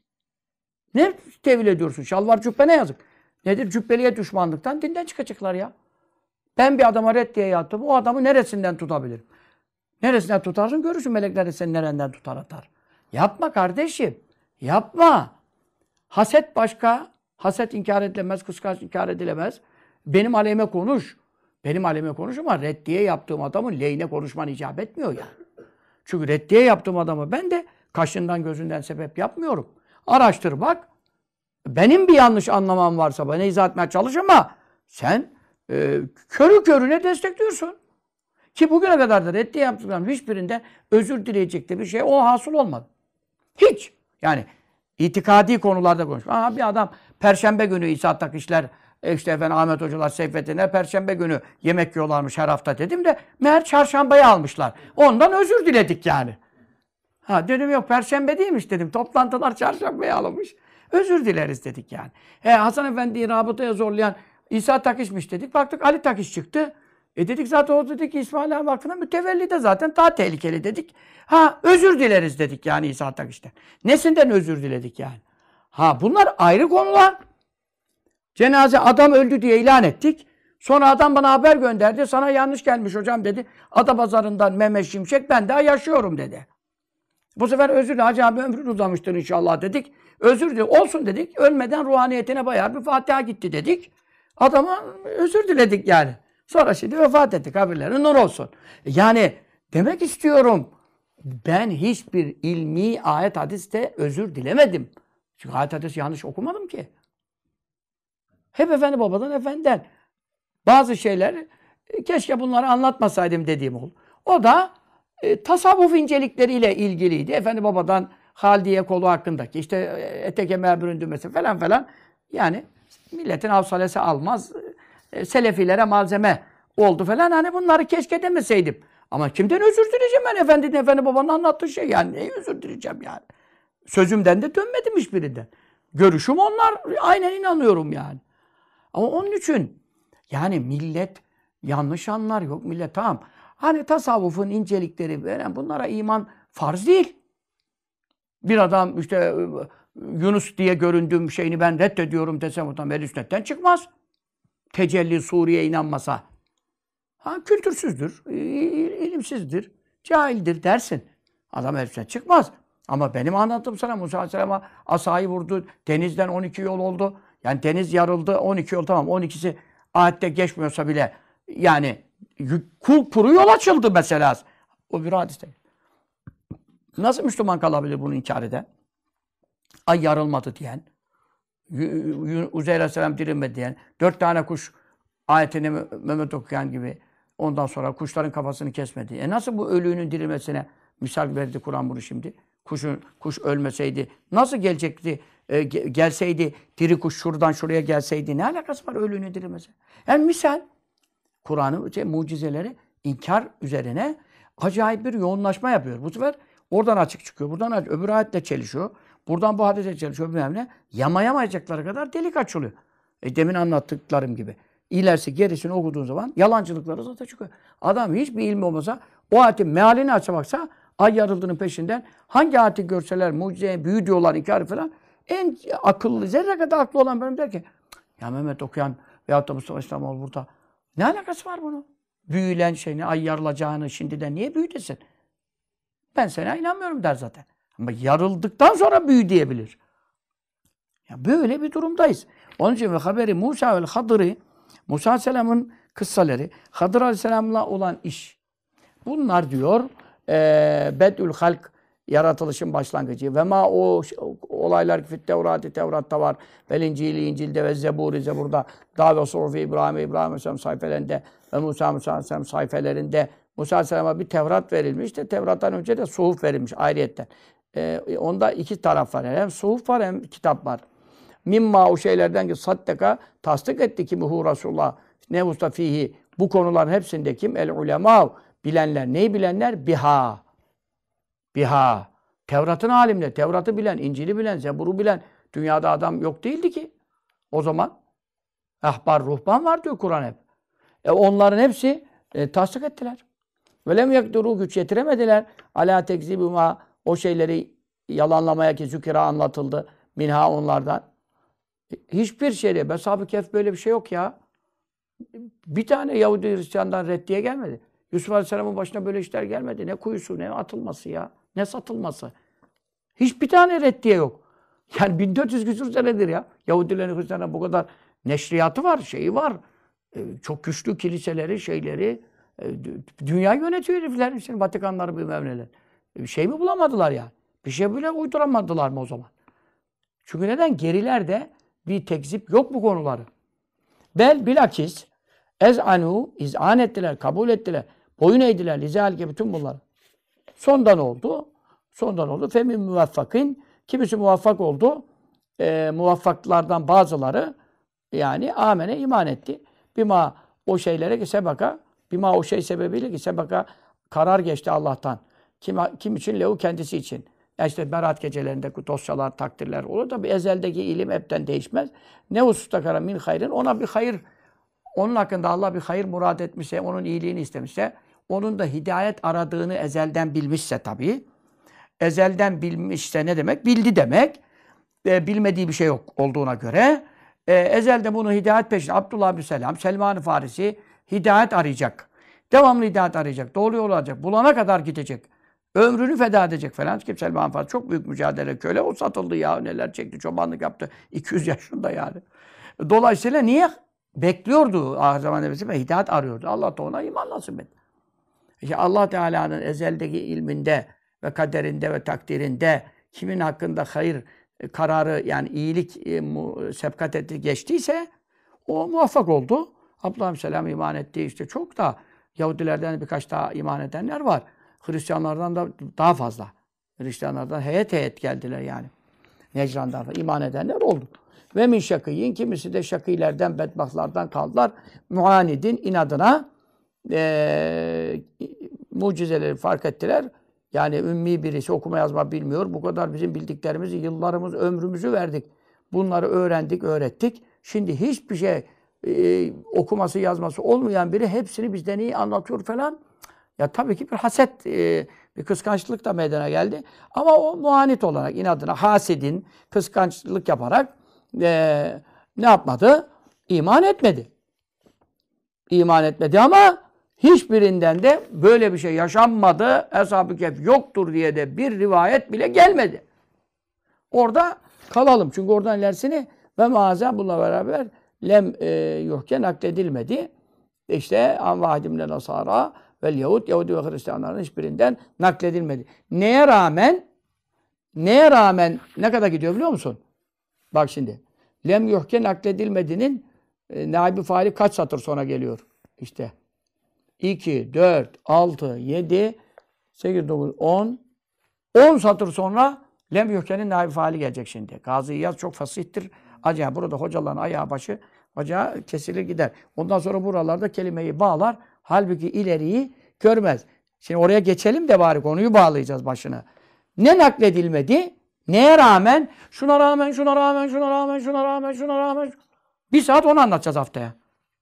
Ne tevil ediyorsun? Şalvar cübbe ne yazık? Nedir? Cübbeliye düşmanlıktan dinden çıkacaklar ya. Ben bir adama reddiye yaptım. O adamı neresinden tutabilirim? Neresinden tutarsın? Görürsün melekler de seni nereden tutar atar. Yapma kardeşim. Yapma. Haset başka. Haset inkar edilemez. Kıskanç inkar edilemez. Benim aleyhime konuş. Benim aleyhime konuş ama reddiye yaptığım adamın lehine konuşman icap etmiyor yani. Çünkü reddiye yaptığım adamı ben de kaşından gözünden sebep yapmıyorum. Araştır bak. Benim bir yanlış anlamam varsa bana izah etmeye çalış ama sen körü körüne destekliyorsun. Ki bugüne kadar da reddiye yaptıklarım hiçbirinde özür dileyecek de bir şey o hasıl olmadı. Hiç. Yani itikadi konularda konuş. Bir adam Perşembe günü İsa Takişler, Ahmet Hocalar, Seyfettinler Perşembe günü yemek yiyorlarmış her hafta dedim de meğer çarşambayı almışlar. Ondan özür diledik yani. Dedim yok Perşembe değilmiş dedim. Toplantılar çarşambaya alınmış. Özür dileriz dedik yani. Hasan Efendi'yi rabıtaya zorlayan İsa Takiş'miş dedik. Baktık Ali Takiş çıktı. Dedik zaten o dedik ki İsmail Ağa Vakfı'na mütevelli de zaten daha tehlikeli dedik. Özür dileriz dedik yani İsa Takiş'ten. Nesinden özür diledik yani? Bunlar ayrı konular. Cenaze adam öldü diye ilan ettik. Sonra adam bana haber gönderdi. Sana yanlış gelmiş hocam dedi. Adapazarı'ndan Mehmet Şimşek ben daha yaşıyorum dedi. Bu sefer özür diledik. Hacı abi ömrün uzamıştır inşallah dedik. Özür diledik. Olsun dedik. Ölmeden ruhaniyetine bayağı bir Fatiha gitti dedik. Adama özür diledik yani. Sonra şimdi vefat etti. Kabirleri nur olsun. Yani demek istiyorum. Ben hiçbir ilmi ayet hadiste özür dilemedim. Çünkü ayet hadis yanlış okumadım ki. Hep efendi babadan efendiden. Bazı şeyler keşke bunları anlatmasaydım dediğim oldu. O da tasavvuf incelikleriyle ilgiliydi. Efendi babadan Haldiye kolu hakkındaki işte ete kemiğe büründürmesi falan falan. Yani milletin havsalesi almaz. Selefilere malzeme oldu falan. Hani bunları keşke demeseydim. Ama kimden özür dileyeceğim ben efendi babanın anlattığı şey yani. Neyi özür dileyeceğim yani? Sözümden de dönmedim hiçbirinden. Görüşüm onlar. Aynen inanıyorum yani. Ama onun için yani millet yanlış anlar yok. Millet tamam. Hani tasavvufun incelikleri veren bunlara iman farz değil. Bir adam işte Yunus diye göründüğüm şeyini ben reddediyorum desem o zaman Ehl-i çıkmaz. Tecelli Suriye inanmasa. Ha, kültürsüzdür, ilimsizdir, cahildir dersin. Adam Ehl-i çıkmaz. Ama benim anlattığım sana Musa Aleyhisselam'a asayı vurdu. Denizden 12 yol oldu. Yani deniz yarıldı. 12 yol tamam. 12'si ayette geçmiyorsa bile yani kuru yol açıldı mesela. O bir hadiste. Nasıl Müslüman kalabilir bunu inkar eden? Ay yarılmadı diyen, Uzeyr Aleyhisselam dirilmedi diyen, 4 tane kuş ayetini Mehmet okuyan gibi ondan sonra kuşların kafasını kesmedi. Nasıl bu ölüğünün dirilmesine misal verdi Kur'an bunu şimdi? Kuş ölmeseydi nasıl gelecekti? Gelseydi diri kuş şuradan şuraya gelseydi ne alakası var ölüğünün dirilmesi? Yani misal Kur'an'ın mucizeleri inkar üzerine acayip bir yoğunlaşma yapıyor. Bu sefer oradan açık çıkıyor. Buradan açık. Öbür ayetle çelişiyor. Buradan bu hadise çelişiyor. Bilmem ne. Yamayamayacakları kadar delik açılıyor. Demin anlattıklarım gibi. İlerisi gerisini okuduğun zaman yalancılıkları zaten çıkıyor. Adam hiçbir ilmi olmasa o ayetin mealini açmaksa ay yarıldığının peşinden hangi ayeti görseler mucizeye büyü diyorlar inkar falan en akıllı zerre kadar aklı olan benim der ki ya Mehmet okuyan veyahut da Mustafa İslamoğlu burada ne alakası var bunun? Büyülen şeyini ay yarılacağını şimdiden niye büyü desin? Ben sana inanmıyorum der zaten. Ama yarıldıktan sonra büyü diyebilir. Ya böyle bir durumdayız. Onun için ve haberi Musa ve Hadır'ı Musa Aleyhisselam'ın kıssaları, Hadır Aleyhisselam'la olan iş. Bunlar diyor Bed'ül Halk yaratılışın başlangıcı. Ve ma o olaylar ki Tevrat'ı Tevrat'ta var. Vel İncil'i İncil'de ve Zebur'da Dâ ve Suhuf-i İbrahim Aleyhisselam sayfelerinde ve Musa Aleyhisselam sayfelerinde Musa Aleyhisselam'a bir Tevrat verilmiş. İşte Tevrat'tan önce de suhuf verilmiş ayrıyetten. Onda iki taraf var. Hem suhuf var hem kitap var. Mimma o şeylerden ki saddeka tasdik etti ki muhu Resulullah ne mustafihi bu konuların hepsinde kim? El ulema bilenler. Neyi bilenler? Biha. Biha. Tevrat'ın alimleri. Tevrat'ı bilen, İncil'i bilen, Zebur'u bilen. Dünyada adam yok değildi ki. O zaman ahbar, ruhban var diyor Kur'an hep. Onların hepsi tasdik ettiler. Ve lem yekduru güç yetiremediler. Alâ tekzibüma o şeyleri yalanlamaya ki zükira anlatıldı. Minha onlardan. Hiçbir şeyle. Ashab-ı Kehf böyle bir şey yok ya. Bir tane Yahudi Hristiyan'dan reddiye gelmedi. Yusuf Aleyhisselam'ın başına böyle işler gelmedi. Ne kuyusu, ne atılması ya. Ne satılması. Hiçbir tane reddiye yok. Yani 1400 küsur senedir ya. Yahudilerin Hristiyanların bu kadar neşriyatı var, şeyi var. Çok güçlü kiliseleri, şeyleri. Dünya yönetiyor herifler. Şimdi Vatikanları bilmem neler. Bir şey mi bulamadılar ya? Bir şey bile uyduramadılar mı o zaman? Çünkü neden? Gerilerde bir tekzip yok bu konuları. Bilakis ez'anu iz'an ettiler, kabul ettiler, boyun eğdiler, lizelke bütün bunlar. Sondan oldu. Sondan oldu. Femin muvaffakin. Kimisi muvaffak oldu. Muvaffaklardan bazıları yani amene iman etti. Bima o şeylere ki sebaka bima o şey sebebiyle ki sebaka karar geçti Allah'tan. Kim için? Lehu kendisi için. Ya işte berat gecelerinde dosyalar, takdirler olur da bir ezeldeki ilim hepten değişmez. Ne hususta karar min hayrin ona bir hayır onun hakkında Allah bir hayır murad etmişse, onun iyiliğini istemişse, onun da hidayet aradığını ezelden bilmişse tabii. Ezelden bilmişse ne demek? Bildi demek. Bilmediği bir şey yok olduğuna göre. Ezelde bunu hidayet peşinde. Abdullah bin Selam, Selman-ı Farisi hidayet arayacak. Devamlı hidayet arayacak. Doğru yol alacak. Bulana kadar gidecek. Ömrünü feda edecek falan. Kimsel manfaat. Çok büyük mücadele. Köle o satıldı ya. Neler çekti. Çobanlık yaptı. 200 yaşında yani. Dolayısıyla niye? Bekliyordu. Ahir zaman nefesi ve hidayet arıyordu. Allah da ona iman nasip etti. İşte Allah Teala'nın ezeldeki ilminde ve kaderinde ve takdirinde kimin hakkında hayır kararı yani iyilik sebkat etti, geçtiyse o muvaffak oldu. Abdülhamselam iman etti. İşte çok da Yahudilerden birkaç daha iman edenler var. Hristiyanlardan da daha fazla. Hristiyanlardan heyet heyet geldiler yani. Necran'dan da iman edenler oldu. Ve min şakîn, kimisi de şakîlerden, bedbahtlardan kaldılar. Muanidin inadına mucizeleri fark ettiler. Yani ümmi birisi okuma yazma bilmiyor. Bu kadar bizim bildiklerimizi, yıllarımız, ömrümüzü verdik. Bunları öğrendik, öğrettik. Şimdi hiçbir şey okuması, yazması olmayan biri hepsini bizden iyi anlatıyor falan. Ya tabii ki bir haset, bir kıskançlık da meydana geldi. Ama o muanit olarak, inadına hasedin, kıskançlık yaparak ne yapmadı? İman etmedi. İman etmedi ama hiçbirinden de böyle bir şey yaşanmadı, Eshab-ı Kehf yoktur diye de bir rivayet bile gelmedi. Orada kalalım. Çünkü oradan ilerisini ve mağaza bununla beraber lem yuhke nakledilmedi. İşte an vahidimle nasara vel Yahud, Yahudi ve Hristiyanların hiçbirinden nakledilmedi. Neye rağmen ne kadar gidiyor biliyor musun? Bak şimdi. Lem yuhke nakledilmediğinin naibi faali kaç satır sonra geliyor? İşte 2, 4, 6, 7, 8, 9, 10. 10 satır sonra lem yuhke'nin naibi faali gelecek şimdi. Gazi İyaz çok fasihtir. Acaba burada hocaların ayağı başı bacağı kesilir gider. Ondan sonra buralarda kelimeyi bağlar. Halbuki ileriyi görmez. Şimdi oraya geçelim de bari konuyu bağlayacağız başına. Ne nakledilmedi? Neye rağmen? Şuna rağmen, şuna rağmen, şuna rağmen, şuna rağmen, şuna rağmen. Bir saat onu anlatacağız haftaya.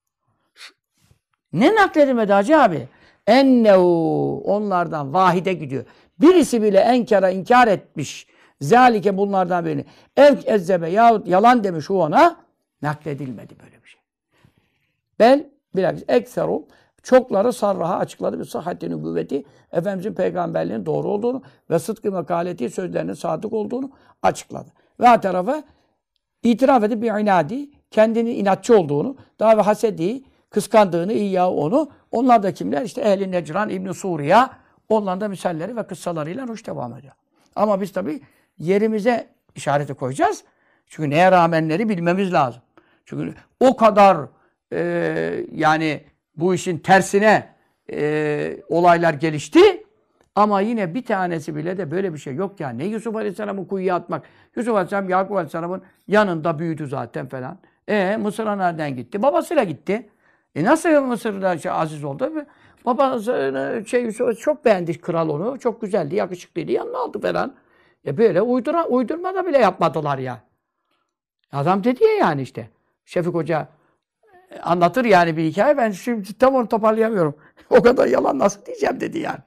Ne nakledilmedi Hacı abi? Ennehu onlardan vahide gidiyor. Birisi bile enkara inkar etmiş. Zalike bunlardan birini. Ev ezzebe yahut yalan demiş o ona. Nakledilmedi böyle bir şey. Ben bilakis ekseru çokları sarraha açıkladı bir sıhhati nübüvveti Efendimizin peygamberliğinin doğru olduğunu ve sıdkı mekaleti sözlerinin sadık olduğunu açıkladı. Ve tarafa itiraf edip bir inadi kendini inatçı olduğunu daha ve hasedi kıskandığını İyyâ onu. Onlar da kimler? İşte Ehl-i Necran, İbn-i Suriye. Onların da misalleri ve kıssalarıyla hoş devam ediyor. Ama biz tabii yerimize işareti koyacağız. Çünkü neye rağmenleri bilmemiz lazım. Çünkü o kadar yani bu işin tersine olaylar gelişti. Ama yine bir tanesi bile de böyle bir şey yok ya. Ne Yusuf Aleyhisselam'ı kuyuya atmak. Yusuf Aleyhisselam, Yakup Aleyhisselam'ın yanında büyüdü zaten falan. Mısır'a nereden gitti? Babasıyla gitti. Nasıl Mısır'da aziz oldu? Babası Yusuf çok beğendi kral onu. Çok güzeldi, yakışıklıydı. Yanına aldı falan. Böyle uydurma da bile yapmadılar ya. Adam dedi ya yani işte. Şefik Hoca anlatır yani bir hikaye. Ben şimdi tam onu toparlayamıyorum. O kadar yalan nasıl diyeceğim dedi yani.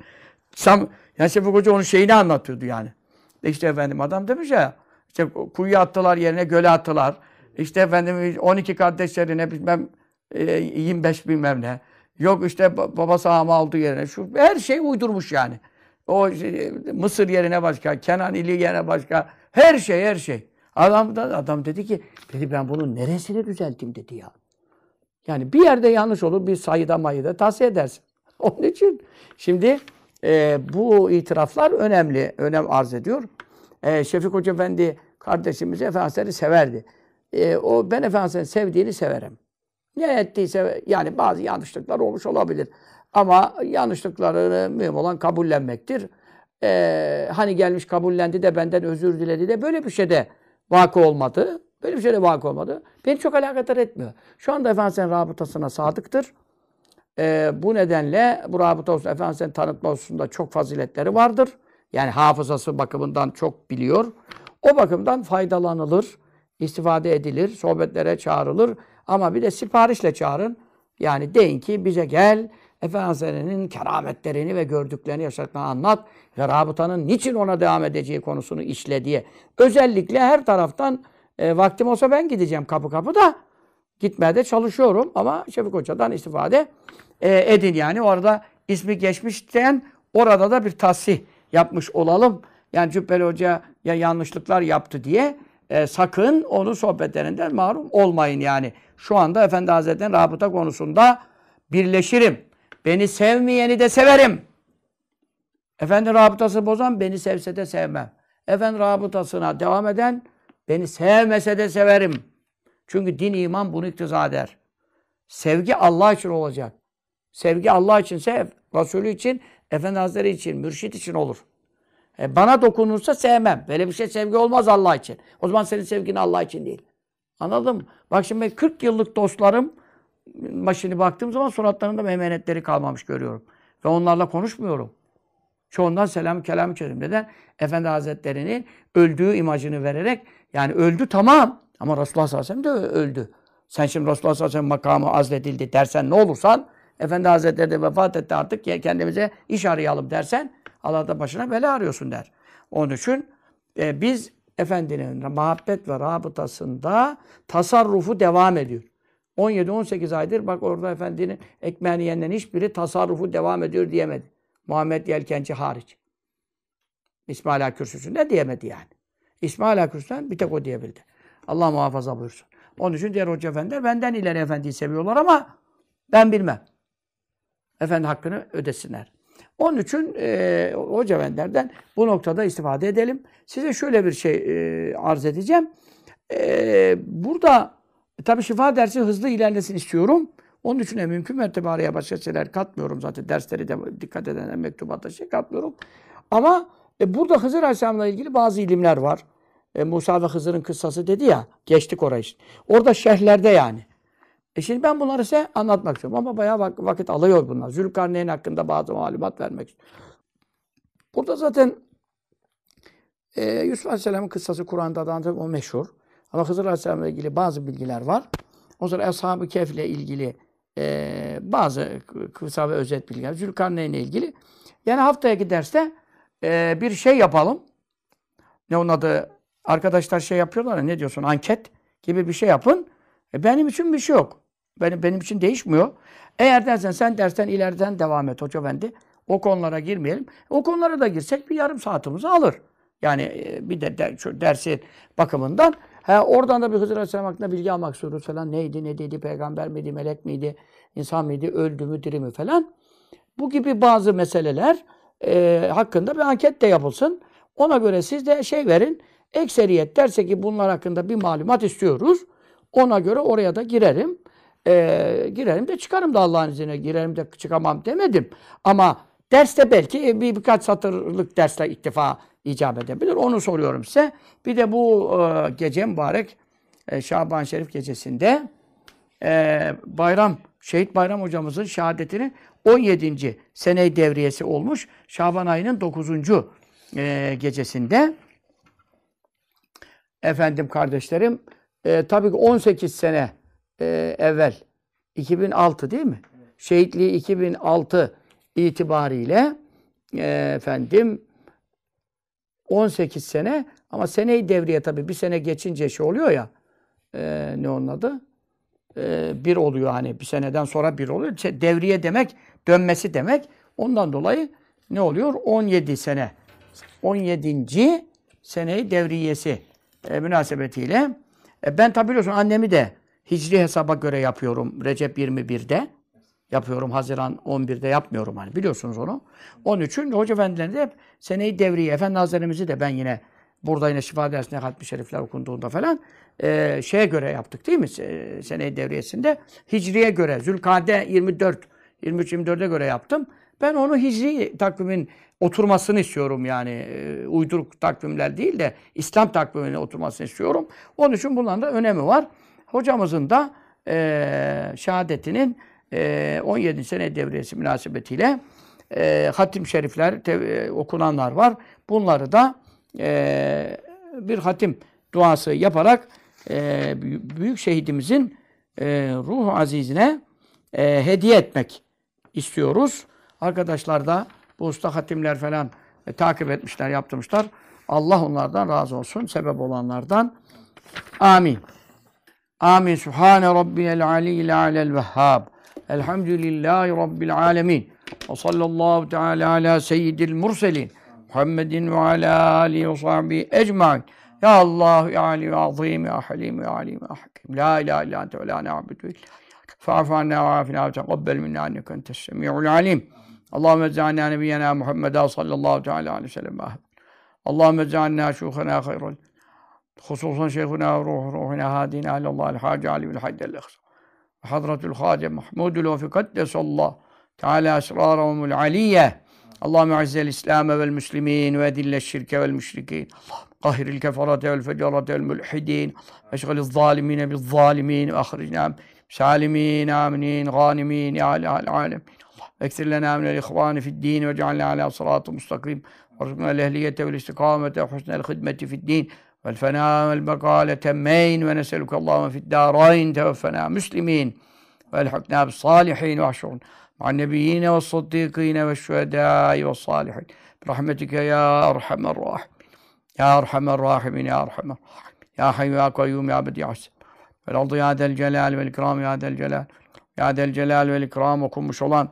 Yani Şefik Hoca onun şeyini anlatıyordu yani. İşte efendim adam demiş ya, işte kuyuya attılar yerine göle attılar. İşte efendim 12 kardeşlerine bilmem 25 bilmem ne. Yok işte babası ama aldı yerine. Her şey uydurmuş yani. O Mısır yerine başka, Kenan ili yerine başka. Her şey. Adam dedi ki, ben bunun neresini düzelteyim dedi ya. Yani bir yerde yanlış olur, bir sayıda mayıda tavsiye edersin. Onun için şimdi bu itiraflar önem arz ediyor. Şefik Hoca Efendi kardeşimiz Efendimiz'i severdi. Ben Efendimiz'in sevdiğini severim. Ne ettiyse yani bazı yanlışlıklar olmuş olabilir. Ama yanlışlıklarını mühim olan kabullenmektir. Hani gelmiş kabullendi de benden özür diledi de böyle bir şey de vakı olmadı. Böyle bir şey de vakı olmadı. Beni çok alakadar etmiyor. Şu anda Efendimiz'in rabıtasına sadıktır. Bu nedenle bu rabıta olsun Efendimiz'in tanıtma hususunda çok faziletleri vardır. Yani hafızası bakımından çok biliyor. O bakımdan faydalanılır, istifade edilir, sohbetlere çağrılır. Ama bir de siparişle çağırın. Yani deyin ki bize gel, Efendimiz'in kerametlerini ve gördüklerini yaşatma anlat. Ve rabıtanın niçin ona devam edeceği konusunu işle diye. Özellikle her taraftan vaktim olsa ben gideceğim kapı kapı da. Gitmeye de çalışıyorum ama Şefik Hoca'dan istifade edin yani. Orada ismi geçmişken orada da bir tahsih yapmış olalım. Yani Cübbeli Hoca ya yanlışlıklar yaptı diye sakın onun sohbetlerinden mahrum olmayın yani. Şu anda Efendi Hazretleri'nin rabıta konusunda birleşirim. Beni sevmeyeni de severim. Efendi rabıtası bozan beni sevse de sevmem. Efendi rabıtasına devam eden beni sevmese de severim. Çünkü din, iman bunu iktiza eder. Sevgi Allah için olacak. Sevgi Allah için sev. Resulü için, Efendi Hazretleri için, mürşit için olur. Bana dokunursa sevmem. Böyle bir şey sevgi olmaz Allah için. O zaman senin sevgin Allah için değil. Anladın mı? Bak şimdi ben 40 yıllık dostlarım, şimdi baktığım zaman suratlarında meymenetleri kalmamış görüyorum. Ve onlarla konuşmuyorum. Çoğundan selam kelam çözüm. Neden? Efendi Hazretleri'nin öldüğü imajını vererek, yani öldü tamam ama Resulullah sallallahu aleyhi ve sellem de öldü. Sen şimdi Resulullah sallallahu aleyhi ve sellem makamı azledildi dersen ne olursan, Efendi Hazretleri de vefat etti artık kendimize iş arayalım dersen Allah da başına bela arıyorsun der. Onun için biz Efendinin muhabbet ve rabıtasında tasarrufu devam ediyor. 17-18 aydır bak orada Efendinin ekmeğini yiyenlerin hiçbiri tasarrufu devam ediyor diyemedi. Muhammed Yelkenci hariç. İsmail Ağa Kürsüsü'nde diyemedi yani. İsmail Ağa Kürsüsü'nden bir tek o diyebildi. Allah muhafaza buyursun. Onun için diğer hoca efendiler benden ileri efendiyi seviyorlar ama ben bilmem. Efendi hakkını ödesinler. Onun için hoca efendilerden bu noktada istifade edelim. Size şöyle bir şey arz edeceğim. Burada tabii şifa dersi hızlı ilerlesin istiyorum. Onun için de mümkün mertebe araya başka şeyler katmıyorum zaten. Dersleri de dikkat edenler mektubata şey katmıyorum. Ama burada Hızır Aleyhisselam'la ilgili bazı ilimler var. Musa ve Hızır'ın kıssası dedi ya, geçtik orayı. Orada şerhlerde yani. Şimdi ben bunları size anlatmak istiyorum ama bayağı vakit alıyor bunlar. Zülkarneyn hakkında bazı malumat vermek istiyorum. Burada zaten Yusuf Aleyhisselam'ın kıssası Kur'an'da da o meşhur. Ama Hızır Aleyhisselam'la ilgili bazı bilgiler var. O zaman Ashab-ı Kehf'le ilgili bazı kısa ve özet bilgiler. Zülkarneyn'le ilgili. Yani haftaki derste bir şey yapalım. Ne onun adı? Arkadaşlar şey yapıyorlar ya, ne diyorsun? Anket gibi bir şey yapın. Benim için bir şey yok. Benim için değişmiyor. Eğer dersen sen dersten ileriden devam et Hoca Efendi. O konulara girmeyelim. O konulara da girsek bir yarım saatimizi alır. Yani bir de dersi bakımından. Oradan da bir Hızır Aleyhisselam hakkında bilgi almak istiyoruz falan. Neydi, ne dedi, peygamber miydi, melek miydi, insan mıydı, öldü mü, diri mi falan. Bu gibi bazı meseleler hakkında bir anket de yapılsın. Ona göre siz de şey verin. Ekseriyet derse ki bunlar hakkında bir malumat istiyoruz. Ona göre oraya da girerim. Girerim de çıkarım da Allah'ın izniyle. Girerim de çıkamam demedim. Ama derste belki birkaç satırlık dersle iktifa icap edebilir. Onu soruyorum size. Bir de bu gece mübarek Şaban Şerif gecesinde Şehit Bayram hocamızın şehadetinin 17. sene devriyesi olmuş. Şaban ayının 9. Gecesinde efendim kardeşlerim tabii ki 18 sene evvel 2006 değil mi? Evet. Şehitliği 2006 itibariyle efendim 18 sene ama sene-i devriye tabii bir sene geçince şey oluyor ya ne onun adı? Bir oluyor hani bir seneden sonra bir oluyor. Devriye demek dönmesi demek. Ondan dolayı ne oluyor? 17 sene. 17. sene-i devriyesi münasebetiyle. Ben tabi biliyorsun annemi de hicri hesaba göre yapıyorum. Recep 21'de yapıyorum. Haziran 11'de yapmıyorum hani. Biliyorsunuz onu. Onun için Hoca Efendilerini de hep sene-i devriye. Efendi Hazretlerimizi de ben yine burada yine şifa dersinde hatmi şerifler okunduğunda falan şeye göre yaptık değil mi? Sene-i devriyesinde hicriye göre Zülkade 23 24'e göre yaptım. Ben onu hicri takvimin oturmasını istiyorum yani. Uyduruk takvimler değil de İslam takvimine oturmasını istiyorum. Onun için bunların da önemi var. Hocamızın da şehadetinin 17 sene devriyesi münasebetiyle hatim şerifler okunanlar var. Bunları da bir hatim duası yaparak büyük şehidimizin ruhu azizine hediye etmek istiyoruz. Arkadaşlar da bu usta hatimler falan takip etmişler, yaptırmışlar. Allah onlardan razı olsun. Sebep olanlardan. Amin. Amin. Sübhane Rabbiyel aliyyil alel vehhab. Elhamdülillahi Rabbil alemin. Ve sallallahu teala ala seyyidil murselin. Muhammedin ve ala alihi ve sahbihi ecmaîn. Ya Allah, ya Ali, ya Azim, ya Halim, ya Alim, ya Hakim. La ilahe illa ente ve la na'budu illa fa'fu anna ve afina ve teqabbel minna inneke entes semi'ul alim. Allahümme cealna nebiyyena Muhammeden sallallahu teala aleyhi ve sellem. Allahümme cealna şuhana hayral. Hususan şeyhuna ve ruhuna hadina ilallahi el-Hacı Ali vel Haydel Eksa. Hazretul Hâce Mahmudul Vefi Kaddesallahu Teala esrarahumul aliyye. Allahümme azzel İslam'e vel müslimin ve edilleş şirke vel müşrikîn. Kahiril keferate vel fecerate vel mülhidîn. Eşgaliz zalimine bil zalimin ve ahricna salimin, aminin, ganimin ya alâ alem. Eksir lena minel ihvâni fi'd-dîn ve cealna alâ sıratı mustakim. Varzuqna el-ehliyete vel istikamete ve husnel hidmeti fi'd-dîn. والفناء والبقاء لتمين ونسألك اللهم في الدارين توفنا مسلمين والحقنا بالصالحين واحشرنا مع النبيين والصديقين والشهداء والصالحين برحمتك يا أرحم الراحمين يا أرحم الراحمين يا أرحم الراحمين يا حي يا قيوم يا بديع السماء والأرض يا ذا الجلال والإكرام يا ذا الجلال يا ذا الجلال والإكرام okunmuş olan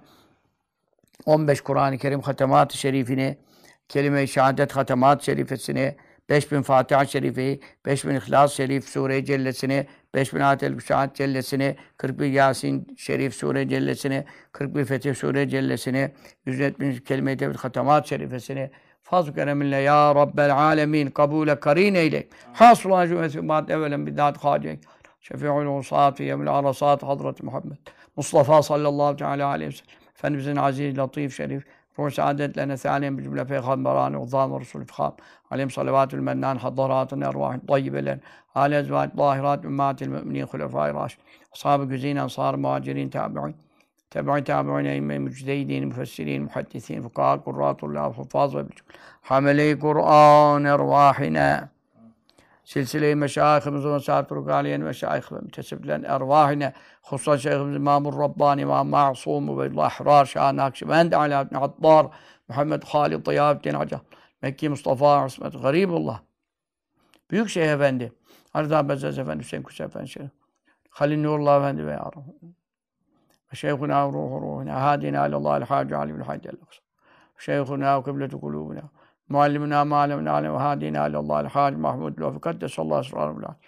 15 Kur'an-ı Kerim hatemat-ı şerifini, kelime-i şehadet hatemat-ı şerifesini, 5000 Fatiha-i Şerife'yi, 5000 İhlas-ı Şerif Sure-i Cellesini, 5000 Atel Müşahit Cellesini, 41 Yasin Şerif Sure-i Cellesini, 41 Fetih Sure-i Cellesini, 170 Kelime-i Tevhid Hatemat-ı Şerifesini, fazl-ı kereminle ya Rabbel alemin kabule karin eyle. Hasılan cümlesi ma'd evvelen bidat hacek. Şefi'ul usat fi yevmil arasat Hazreti Muhammed. Mustafa sallallahu teala aleyhi ve sellem. Efendimizin aziz, latif, şerif, ruh saadetlerine sâlem bir cümle peygamberâni, uzzâm ve Resulü fîhâm. Aleyhim salavatül mennan, haddaratın ervâhin tayyibelen. Âle ezvâit, zâhirat, ümmâtil mü'minin, hulefâi râşidin. Ashâb-ı güzîn, ansâr, muhacirin, tabi'in. Tabi'in, eyyime, mücdeydin, müfessirin, muhaddisîn, fukâh, kurrâtullâh, huffâz ve bilcûl. Hamele-i Kur'ân ervâhine. Silsile-i meşâihimizin ve sâr turukâliyen meşâih ve mütesibbilen ervâhine. Hususan Şeyhimiz İmam-ı Rabbani, İmam Ma'sûm ve Ahrar, Şah-ı Nakşibend, Alâ ibn Addar, Muhammed Halid Tıyabbin Acah, Mekki Mustafa, İsmet Garibullah. Büyük Şeyh Efendi, Arda Bezzez Efendi, Hüseyin Kusi Efendi, Şeyh Halil Nurullah Efendi ve Yârâh. Ve Şeyhuna ruhuna, Hadina alallâhi el-Hâcı Ali vel Haydel Eksa. Şeyhuna kıbletu kulûbuna. Muallimina ma'alemina alem ve hadina alallâhi el-Hâcı Mahmud Lâfi Kaddesallahu esrarul âli.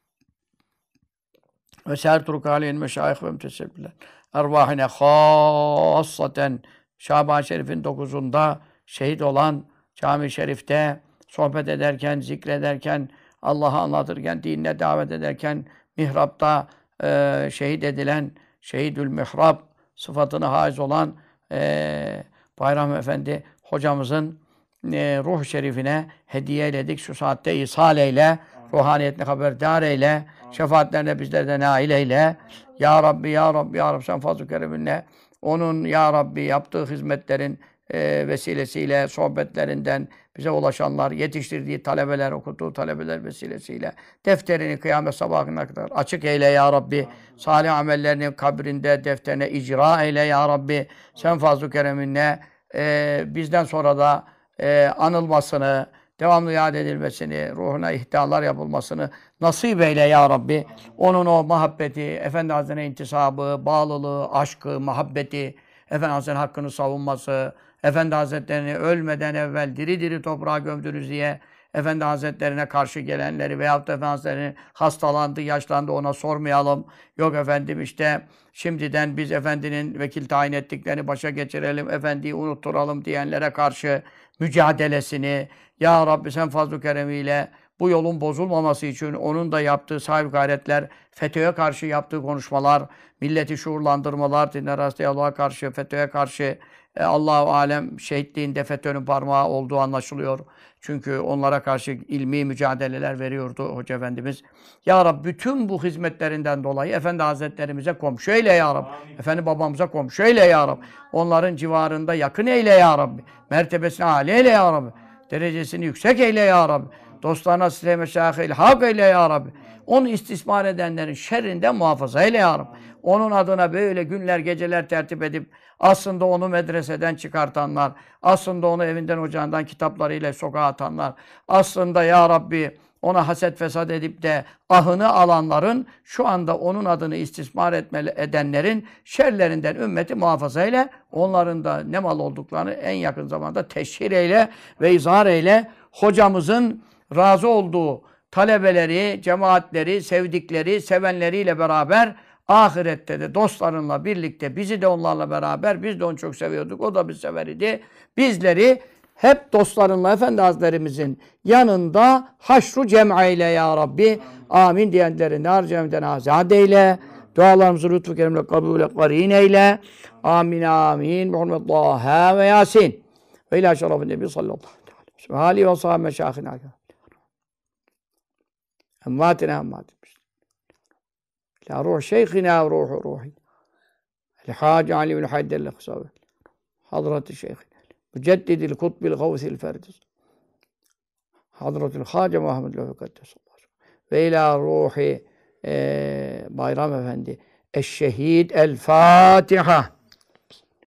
Ve sâr turukâliyen meşâih ve mütesebbilen. Ervâhine khâssaten Şaban-ı Şerif'in 9'unda şehit olan Cami-i Şerif'te sohbet ederken, zikrederken, Allah'ı anlatırken, dinine davet ederken, mihrapta şehit edilen, şehidül mihrab sıfatına haiz olan Bayram Efendi hocamızın ruh şerifine hediye eyledik. Şu saatte ishal eyle, ruhaniyetine haberdar eyle, şefaatlerine bizleri de nail eyle. Ya Rabbi, Ya Rabbi, Ya Rabbi sen fazl-ı kereminle onun Ya Rabbi yaptığı hizmetlerin vesilesiyle, sohbetlerinden bize ulaşanlar, yetiştirdiği talebeler, okuttuğu talebeler vesilesiyle defterini kıyamet sabahına kadar açık eyle Ya Rabbi. Salih amellerini kabrinde, defterine icra eyle Ya Rabbi. Sen fazl-ı kereminle bizden sonra da anılmasını, devamlı yad edilmesini, ruhuna ihtiyalar yapılmasını nasip eyle Ya Rabbi. Onun o muhabbeti, Efendi Hazretleri'ne intisabı, bağlılığı, aşkı, muhabbeti, Efendi Hazretleri'nin hakkını savunması, Efendi Hazretleri'ni ölmeden evvel diri diri toprağa gömdünüz diye Efendi Hazretlerine karşı gelenleri veyahut da Efendi Hazretleri hastalandı, yaşlandı ona sormayalım. Yok efendim işte şimdiden biz Efendinin vekil tayin ettiklerini başa geçirelim, Efendi'yi unutturalım diyenlere karşı mücadelesini Ya Rabbi sen fazl-ı keremiyle bu yolun bozulmaması için onun da yaptığı sahip gayretler, FETÖ'ye karşı yaptığı konuşmalar, milleti şuurlandırmalar, dinler hastaya Allah'a karşı, FETÖ'ye karşı Allah-u Alem şehitliğinde FETÖ'nün parmağı olduğu anlaşılıyor. Çünkü onlara karşı ilmi mücadeleler veriyordu Hoca Efendimiz. Ya Rabbi bütün bu hizmetlerinden dolayı Efendi Hazretlerimize komşu eyle Ya Rabbi. Efendi babamıza komşu eyle Ya Rabbi. Onların civarında yakın eyle Ya Rabbi. Mertebesini âli eyle Ya Rabbi. Derecesini yüksek eyle Ya Rabbi. Dostlarına size meşâih-i ilhak eyle Ya Rabbi. Onu istismar edenlerin şerrinden muhafaza eyle Ya Rabbi. Onun adına böyle günler geceler tertip edip aslında onu medreseden çıkartanlar, aslında onu evinden ocağından kitaplarıyla sokağa atanlar, aslında Ya Rabbi ona haset fesat edip de ahını alanların, şu anda onun adını istismar edenlerin şerlerinden ümmeti muhafaza eyle. Onların da ne mal olduklarını en yakın zamanda teşhir eyle ve izhar eyle. Hocamızın razı olduğu talebeleri, cemaatleri, sevdikleri, sevenleriyle beraber ahirette de dostlarınla birlikte bizi de onlarla beraber, biz de onu çok seviyorduk, o da bizi sever idi. Bizleri hep dostlarınla Efendi Hazretlerimizin yanında haşru cem'eyle ya Rabbi. Amin diyenleri nar cem'den azad eyle. Dualarımızı lütfu kerimle kabul karin eyle. Amin amin. Muhammed Taha ve Yasin. Ve ila şerefin nebi sallallahu aleyhi ve sellem. Hali ve sahabe meşâhina. Emmatina emmatin. İlâ ruh şeyhina ve ruhu ruhi. El-Hâci Ali bin Haydel el-Kısavi. Hazreti Şeyhina. Müceddidil kutbil gavsil ferdiz. Hazretul Hâce Muhammed Lefü Kaddes. Ve ilâ ruhi Bayram Efendi. Eşşehîd el-Fâtiha.